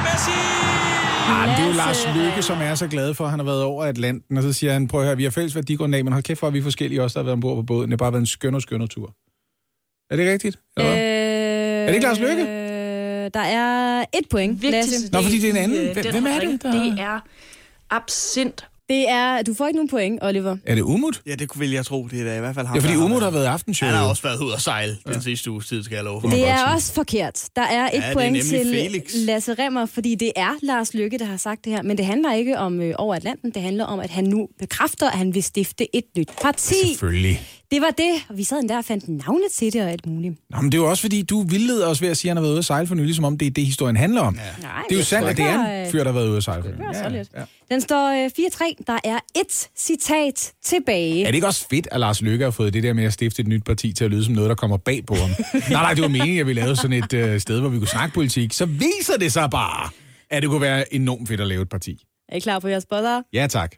Det er jo Lars Løkke, som er så glad for, at han har været over Atlanten, og så siger han, prøv at høre, vi har fælles værdigrundlag, men hold kæft for, at vi er forskellige også, der har været ombord på båden. Det har bare været en skønner tur. Er det rigtigt? Er det ikke Lars Løkke? Der er 1 point, Lasse. Nå, fordi det er en anden. Hvem er det? Det er absint. Det er... Du får ikke nogen point, Oliver. Er det Umut? Ja, det vil jeg tro. Det er da i hvert fald ham. Ja, fordi Umut har været i aftenshow. Han har også været ude at sejle den sidste uges tid, skal jeg love for. Det er også forkert. Der er 1 point til Felix. Lasse Remmer, fordi det er Lars Løkke, der har sagt det her. Men det handler ikke om over Atlanten. Det handler om, at han nu bekræfter, at han vil stifte et nyt parti. Selvfølgelig. Det var det, og vi sad endda og fandt navne til det og alt muligt. Nå, men det er jo også fordi, du vildleder os ved at sige, at han har været ude at sejle for nylig, som om det er det, historien handler om. Ja. Nej, det er jo sandt, at det er en fyr, der har været ude at sejle for nylig. Ja. Den står 4-3. Der er 1 citat tilbage. Er det ikke også fedt, at Lars Løkke har fået det der med at stifte et nyt parti til at lyde som noget, der kommer bag på ham? nej, det var meningen, at vi lavede sådan et sted, hvor vi kunne snakke politik. Så viser det sig bare, at det kunne være enormt fedt at lave et parti. Er I klar på jeres boller? Ja, tak.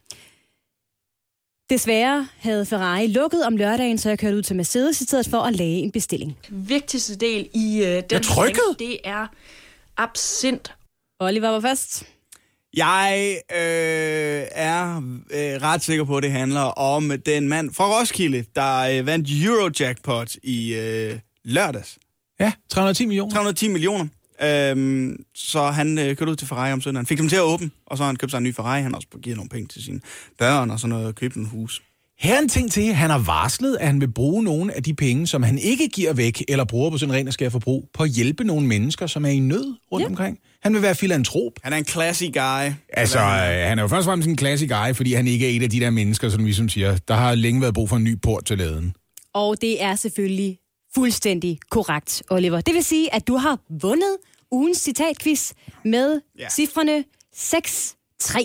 Desværre havde Ferrari lukket om lørdagen, så jeg kørte ud til Mercedes i stedet for at lage en bestilling. Vigtigste del i den drink, det er absint. Oliver var først. Jeg er ret sikker på, at det handler om den mand fra Roskilde, der vandt Eurojackpot i lørdags. Ja, 310 millioner. 310 millioner. Så han kørte ud til Ferrari om søndagen. Fik dem til at åbne, og så har han købt sig en ny Ferrari. Han har også givet nogle penge til sine børn og sådan noget, og købt en hus. Her er en ting til, han har varslet, at han vil bruge nogle af de penge, som han ikke giver væk, eller bruger på sådan ren og skær forbrug, på at hjælpe nogle mennesker, som er i nød rundt omkring. Han vil være filantrop. Han er en classy guy. Altså, han er jo først og fremmest en classy guy, fordi han ikke er et af de der mennesker, som vi som siger, der har længe været brug for en ny port til laden. Og det er selvfølgelig fuldstændig korrekt, Oliver. Det vil sige, at du har vundet ugens citatquiz med cifrene 6-3.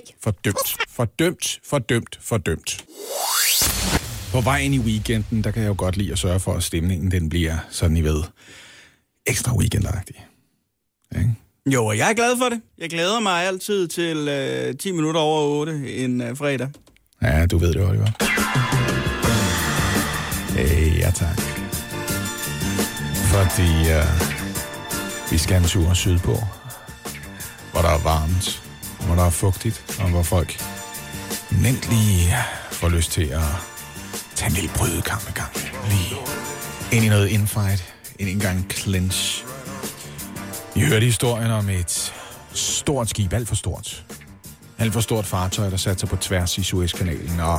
Fordømt. På vejen i weekenden, der kan jeg jo godt lide at sørge for, at stemningen den bliver sådan, I ved, ekstra weekendagtig. Ikke? Jo, og jeg er glad for det. Jeg glæder mig altid til 10 minutter over 8 en fredag. Ja, du ved det, Oliver. Ja, tak. Fordi vi skal en tur sydpå, hvor der er varmt, hvor der er fugtigt, og hvor folk nemt lige får lyst til at tage en lille brydekamp i gang. Lige ind i noget infight, ind i en gang clinch. Vi hørte historien om et stort skib, alt for stort fartøj, der satte sig på tværs i Suezkanalen, og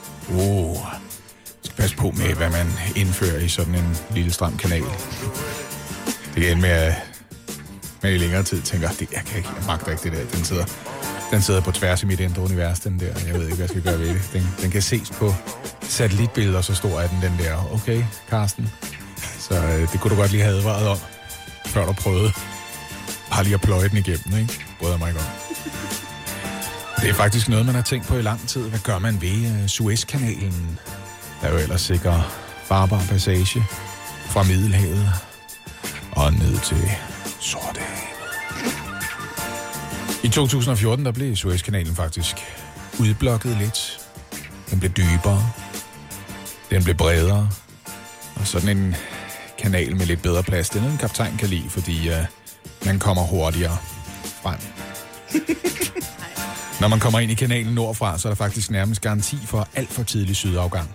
skal passe på med, hvad man indfører i sådan en lille stram kanal. Det kan ende med, at man i længere tid tænker, jeg magter ikke det der. Den sidder på tværs i mit indre univers, den der. Jeg ved ikke, hvad jeg skal gøre ved det. Den kan ses på satellitbilleder, så stor er den der. Okay, Carsten. Så det kunne du godt lige have advaret om, før du prøvede bare lige at pløje den igennem, ikke? Bryder mig ikke om. Det er faktisk noget, man har tænkt på i lang tid. Hvad gør man ved Suezkanalen? Der er jo ellers sikker farbar passage fra Middelhavet og ned til Sortehavet. I 2014 der blev Suezkanalen faktisk udblokket lidt. Den blev dybere. Den blev bredere. Og sådan en kanal med lidt bedre plads, det er noget, en kaptajn kan lide, fordi man kommer hurtigere frem. Når man kommer ind i kanalen nordfra, så er der faktisk nærmest garanti for alt for tidlig sydafgang.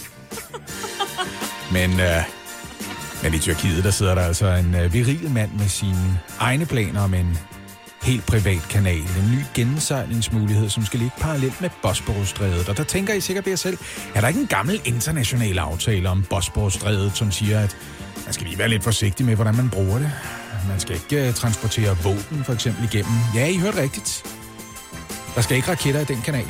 Men i Tyrkiet, der sidder der altså en viril mand med sine egne planer om en helt privat kanal. En ny gennemsejlingsmulighed, som skal ligge parallelt med Bosporusstrædet. Og der tænker I sikkert ved jer selv, er der ikke en gammel international aftale om Bosporusstrædet, som siger, at man skal lige være lidt forsigtig med, hvordan man bruger det. Man skal ikke transportere våben, for eksempel, igennem. Ja, I hørte rigtigt. Der skal ikke raketter i den kanal.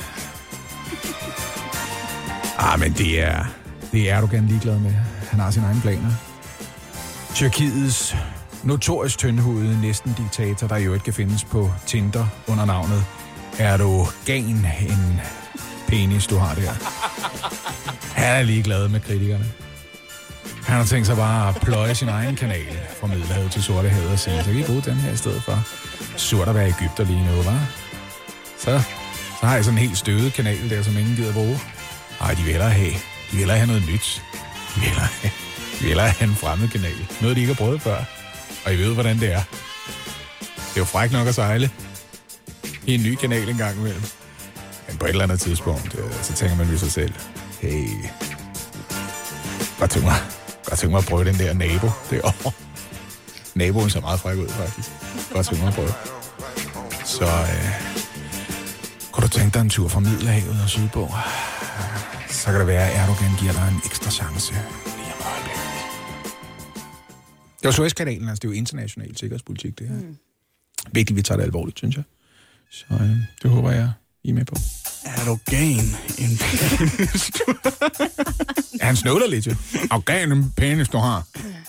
Men det er Erdogan ligeglad med. Han har sine egne planer. Tyrkiets notorisk tyndhudede næsten diktator, der jo ikke kan findes på Tinder under navnet Erdogan, en penis, du har der. Han er ligeglad med kritikerne. Han har tænkt sig bare at pløje sin egen kanal fra Middelhavet til Sortehavet og sige, så kan I bruge den her i stedet for. Surt at være Egypter lige nu, hva'? Så har jeg sådan en helt støvet kanal der, som ingen gider bruge. De vil hellere have noget nyt. De vil hellere have en fremmed kanal. Noget, de ikke har prøvet før. Og I ved, hvordan det er. Det er jo frækt nok at sejle i en ny kanal en gang imellem. Men på et eller andet tidspunkt, så tænker man ved sig selv, hey, godt tænke mig at prøve den der nabo derovre. Naboen ser meget fræk ud, faktisk. Godt tænke mig at prøve. Så kunne du tænke dig en tur fra Middelhavet og sydpå? Så kan det være, at Erdogan giver dig en ekstra chance lige om øjeblikket. Det var Suezkanalen, altså det er jo international sikkerhedspolitik, det her. Vigtigt, vi tager det alvorligt, synes jeg. Så det håber jeg, I er med på. Erdogan, en penis, du ja, han snøvler lidt, jo. Erdogan, en penis, du har.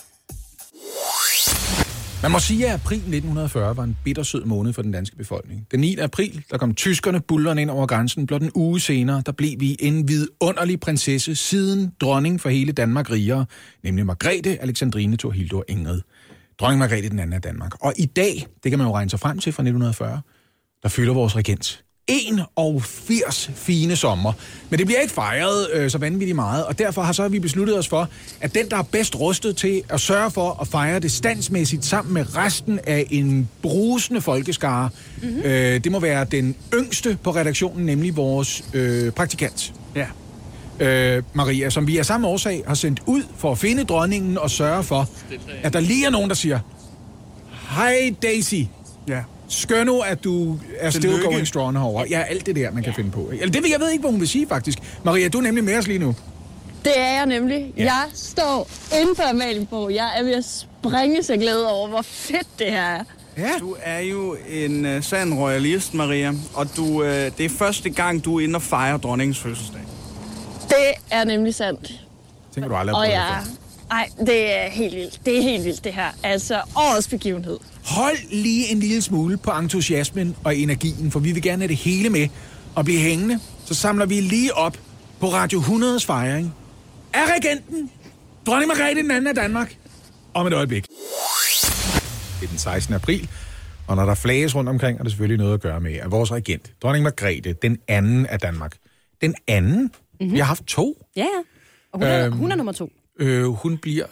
Man må sige, at april 1940 var en bittersød måned for den danske befolkning. Den 9. april, der kom tyskerne buldrende ind over grænsen. Blot en uge senere, der blev vi en vidunderlig prinsesse, siden dronning for hele Danmark rigere, nemlig Margrethe Alexandrine Thorhildur Ingrid. Dronning Margrethe den anden af Danmark. Og i dag, det kan man jo regne sig frem til fra 1940, der fylder vores regent 81 fine sommer. Men det bliver ikke fejret så vanvittigt meget, og derfor har så vi besluttet os for, at den, der er bedst rustet til at sørge for at fejre det standsmæssigt sammen med resten af en brusende folkeskare, det må være den yngste på redaktionen, nemlig vores praktikant. Ja. Maria, som vi af samme årsag har sendt ud for at finde dronningen og sørge for, at der lige er nogen, der siger, hej Daisy. Ja. Skør nu, at du er still going strong herovre. Ja, alt det der, man kan finde på. Eller det jeg ved ikke, hvad hun vil sige, faktisk. Maria, du er nemlig med os lige nu. Det er jeg nemlig. Ja. Jeg står inde på Amalienborg. Jeg er ved at springe sig glæde over, hvor fedt det her er. Ja. Du er jo en sand royalist, Maria. Og det er første gang, du er inde og fejrer dronningens fødselsdag. Det er nemlig sandt. Tænker du aldrig på det? Nej, det er helt vildt. Det er helt vildt, det her. Altså, årets begivenhed. Hold lige en lille smule på entusiasmen og energien, for vi vil gerne have det hele med og blive hængende. Så samler vi lige op på Radio 100's fejring af regenten, dronning Margrethe den anden af Danmark, om et øjeblik. Det er den 16. april, og når der flages rundt omkring, er det selvfølgelig noget at gøre med, at vores regent, dronning Margrethe, den anden af Danmark. Den anden? Mm-hmm. Vi har haft 2. Ja, og hun er nummer 2. Hun bliver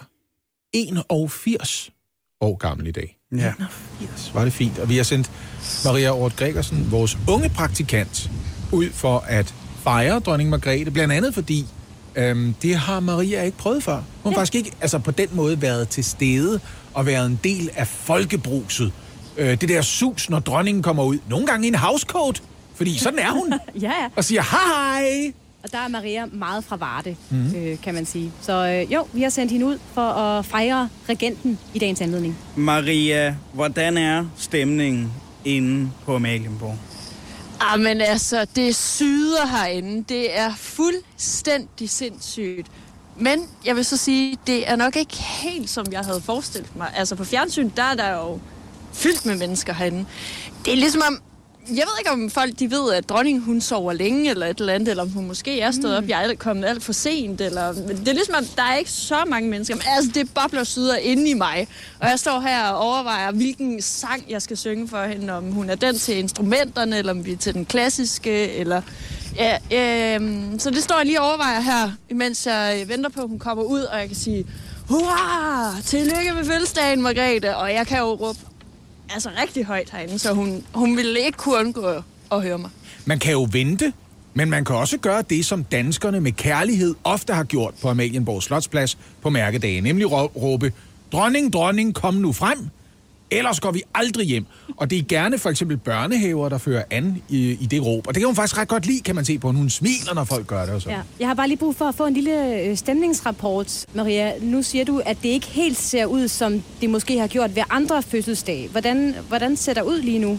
81 år gammel i dag. Ja. 81. Var det fint. Og vi har sendt Maria Ort Gregersen, vores unge praktikant, ud for at fejre dronning Margrethe. Blandt andet fordi, det har Maria ikke prøvet før. Hun har faktisk ikke på den måde været til stede og været en del af folkebruset. Det der sus, når dronningen kommer ud. Nogle gange i en housecoat, fordi sådan er hun. Ja. Og siger hej. Og der er Maria meget fra Varde, kan man sige. Så vi har sendt hende ud for at fejre regenten i dagens anledning. Maria, hvordan er stemningen inde på Amalienborg? Men altså, det syder herinde. Det er fuldstændig sindssygt. Men jeg vil så sige, det er nok ikke helt, som jeg havde forestillet mig. Altså på fjernsyn, der er der jo fyldt med mennesker herinde. Det er ligesom om, jeg ved ikke, om folk de ved, at dronningen hun sover længe, eller et eller andet, eller om hun måske er stået op, jeg er kommet alt for sent, eller... Det er ligesom, at der er ikke så mange mennesker, men altså, det bobler syder inde i mig. Og jeg står her og overvejer, hvilken sang jeg skal synge for hende, om hun er den til instrumenterne, eller om vi er til den klassiske, eller... Ja, så det står jeg lige og overvejer her, imens jeg venter på, at hun kommer ud, og jeg kan sige, hurra, tillykke med fødselsdagen, Margrethe, og jeg kan jo råbe altså rigtig højt herinde, så hun ville ikke kunne undgå at høre mig. Man kan jo vente, men man kan også gøre det, som danskerne med kærlighed ofte har gjort på Amalienborg Slotsplads på mærkedage, nemlig råbe, dronning, dronning, kom nu frem, ellers går vi aldrig hjem. Og det er gerne for eksempel børnehaver, der fører an i det råb. Og det kan hun faktisk ret godt lide, kan man se på. Hun smiler, når folk gør det og sådan. Ja. Jeg har bare lige brug for at få en lille stemningsrapport, Maria. Nu siger du, at det ikke helt ser ud, som det måske har gjort ved andre fødselsdage. Hvordan ser det ud lige nu?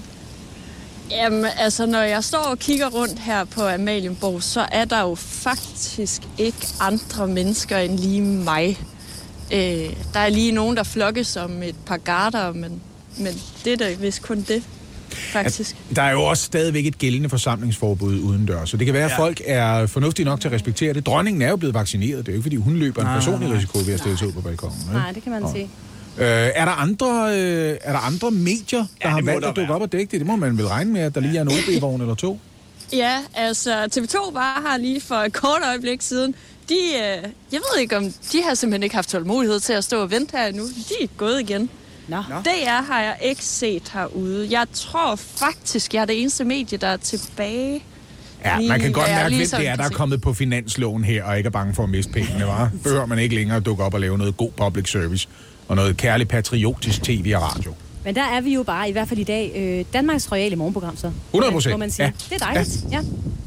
Jamen, altså, når jeg står og kigger rundt her på Amalienborg, så er der jo faktisk ikke andre mennesker end lige mig. Der er lige nogen, der flokkes om et par garter, men det er da vist kun det, faktisk. Der er jo også stadigvæk et gældende forsamlingsforbud udendørs, så det kan være, at folk er fornuftige nok til at respektere det. Dronningen er jo blevet vaccineret, det er jo ikke, fordi hun løber en personlig risiko ved at stille sig ud på balkonen. Nej, det kan man sige. Er der andre medier, der har valgt at dukke op og dække det? Det må man vel regne med, at der lige er en OB-vogn eller to? Ja, altså TV2 var her lige for et kort øjeblik siden. Jeg ved ikke, om de har simpelthen ikke haft tålmodighed til at stå og vente her endnu. De er gået igen. Nå. DR har jeg ikke set herude. Jeg tror faktisk, jeg er det eneste medie, der er tilbage. Ja, man kan godt mærke, hvem det er, der er kommet på finansloven her, og ikke er bange for at miste pengene, hva'? Behøver man ikke længere at dukke op og lave noget god public service, og noget kærligt patriotisk tv og radio. Men der er vi jo bare, i hvert fald i dag, Danmarks royale morgenprogram, så. 100%. Må man sige. Ja. Det er dejligt, ja.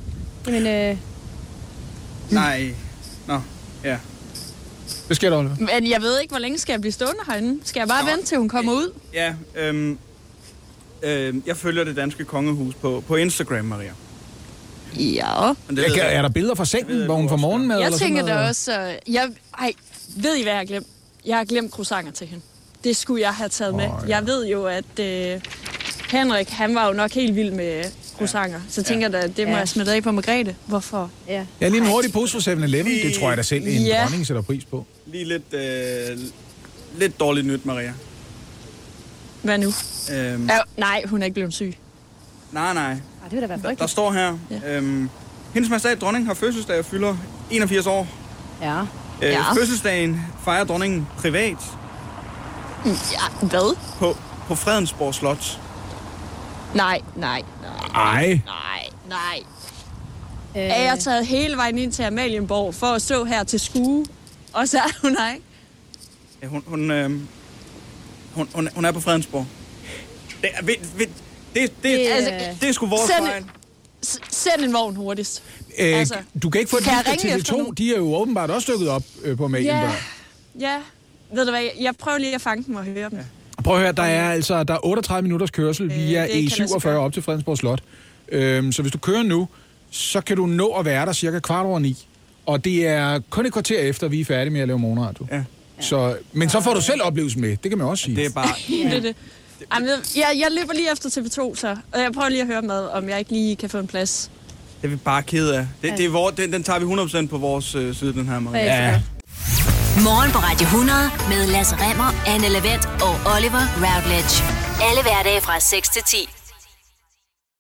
Jamen, Nej. Nå, ja. Det sker der, Oliver. Men jeg ved ikke, hvor længe skal jeg blive stående herinde. Skal jeg bare vente, til hun kommer ud? Ja, jeg følger det danske kongehus på Instagram, Maria. Ja. Er der billeder fra sengen, hvor hun får morgenmad? Jeg tænker da også... ved I, hvad jeg har glemt? Jeg har glemt croissanter til hende. Det skulle jeg have taget med. Ja. Jeg ved jo, at Henrik, han var jo nok helt vild med croissanter. Så tænker jeg da, det må jeg smide af på Margrethe. Hvorfor? Ja, lige en hurtig pose for 7-Eleven. Det tror jeg da selv, en dronning sætter pris på. Lige lidt dårligt nyt, Maria. Hvad nu? Nej, hun er ikke blevet syg. Nej. Det vil da være frygteligt. Der står her, hendes majestæt dronning har fødselsdag og fylder 81 år. Ja. Fødselsdagen fejrer dronningen privat. Ja, hvad? På Fredensborg Slot. Nej. Er jeg taget hele vejen ind til Amalienborg for at stå her til skue? Og så er hun ikke? Ja, hun er på Fredensborg. Det er sgu vores fejl. Send en vogn hurtigst. Du kan ikke få et lille til TV2. De er jo åbenbart også dykket op på Amalienborg. Ja. Ved du hvad, jeg prøver lige at fange dem og høre dem. Prøv at høre, der er 38 minutters kørsel via E47 op til Fredensborg Slot. Så hvis du kører nu, så kan du nå at være der cirka 8:15. Og det er kun et kvarter efter, vi er færdige med at lave morgenradio. Ja. Men så får du selv oplevelsen med. Det kan man også sige. Det er bare... det. Jeg løber lige efter TV2, så. Og jeg prøver lige at høre med, om jeg ikke lige kan få en plads. Det er vi bare ked af. Den tager vi 100% på vores side, den her, Maria. Ja. Morgen på Radio 100 med Lasse Remmer, Anne Lavendt og Oliver Routledge. Alle hverdage fra 6 til 10.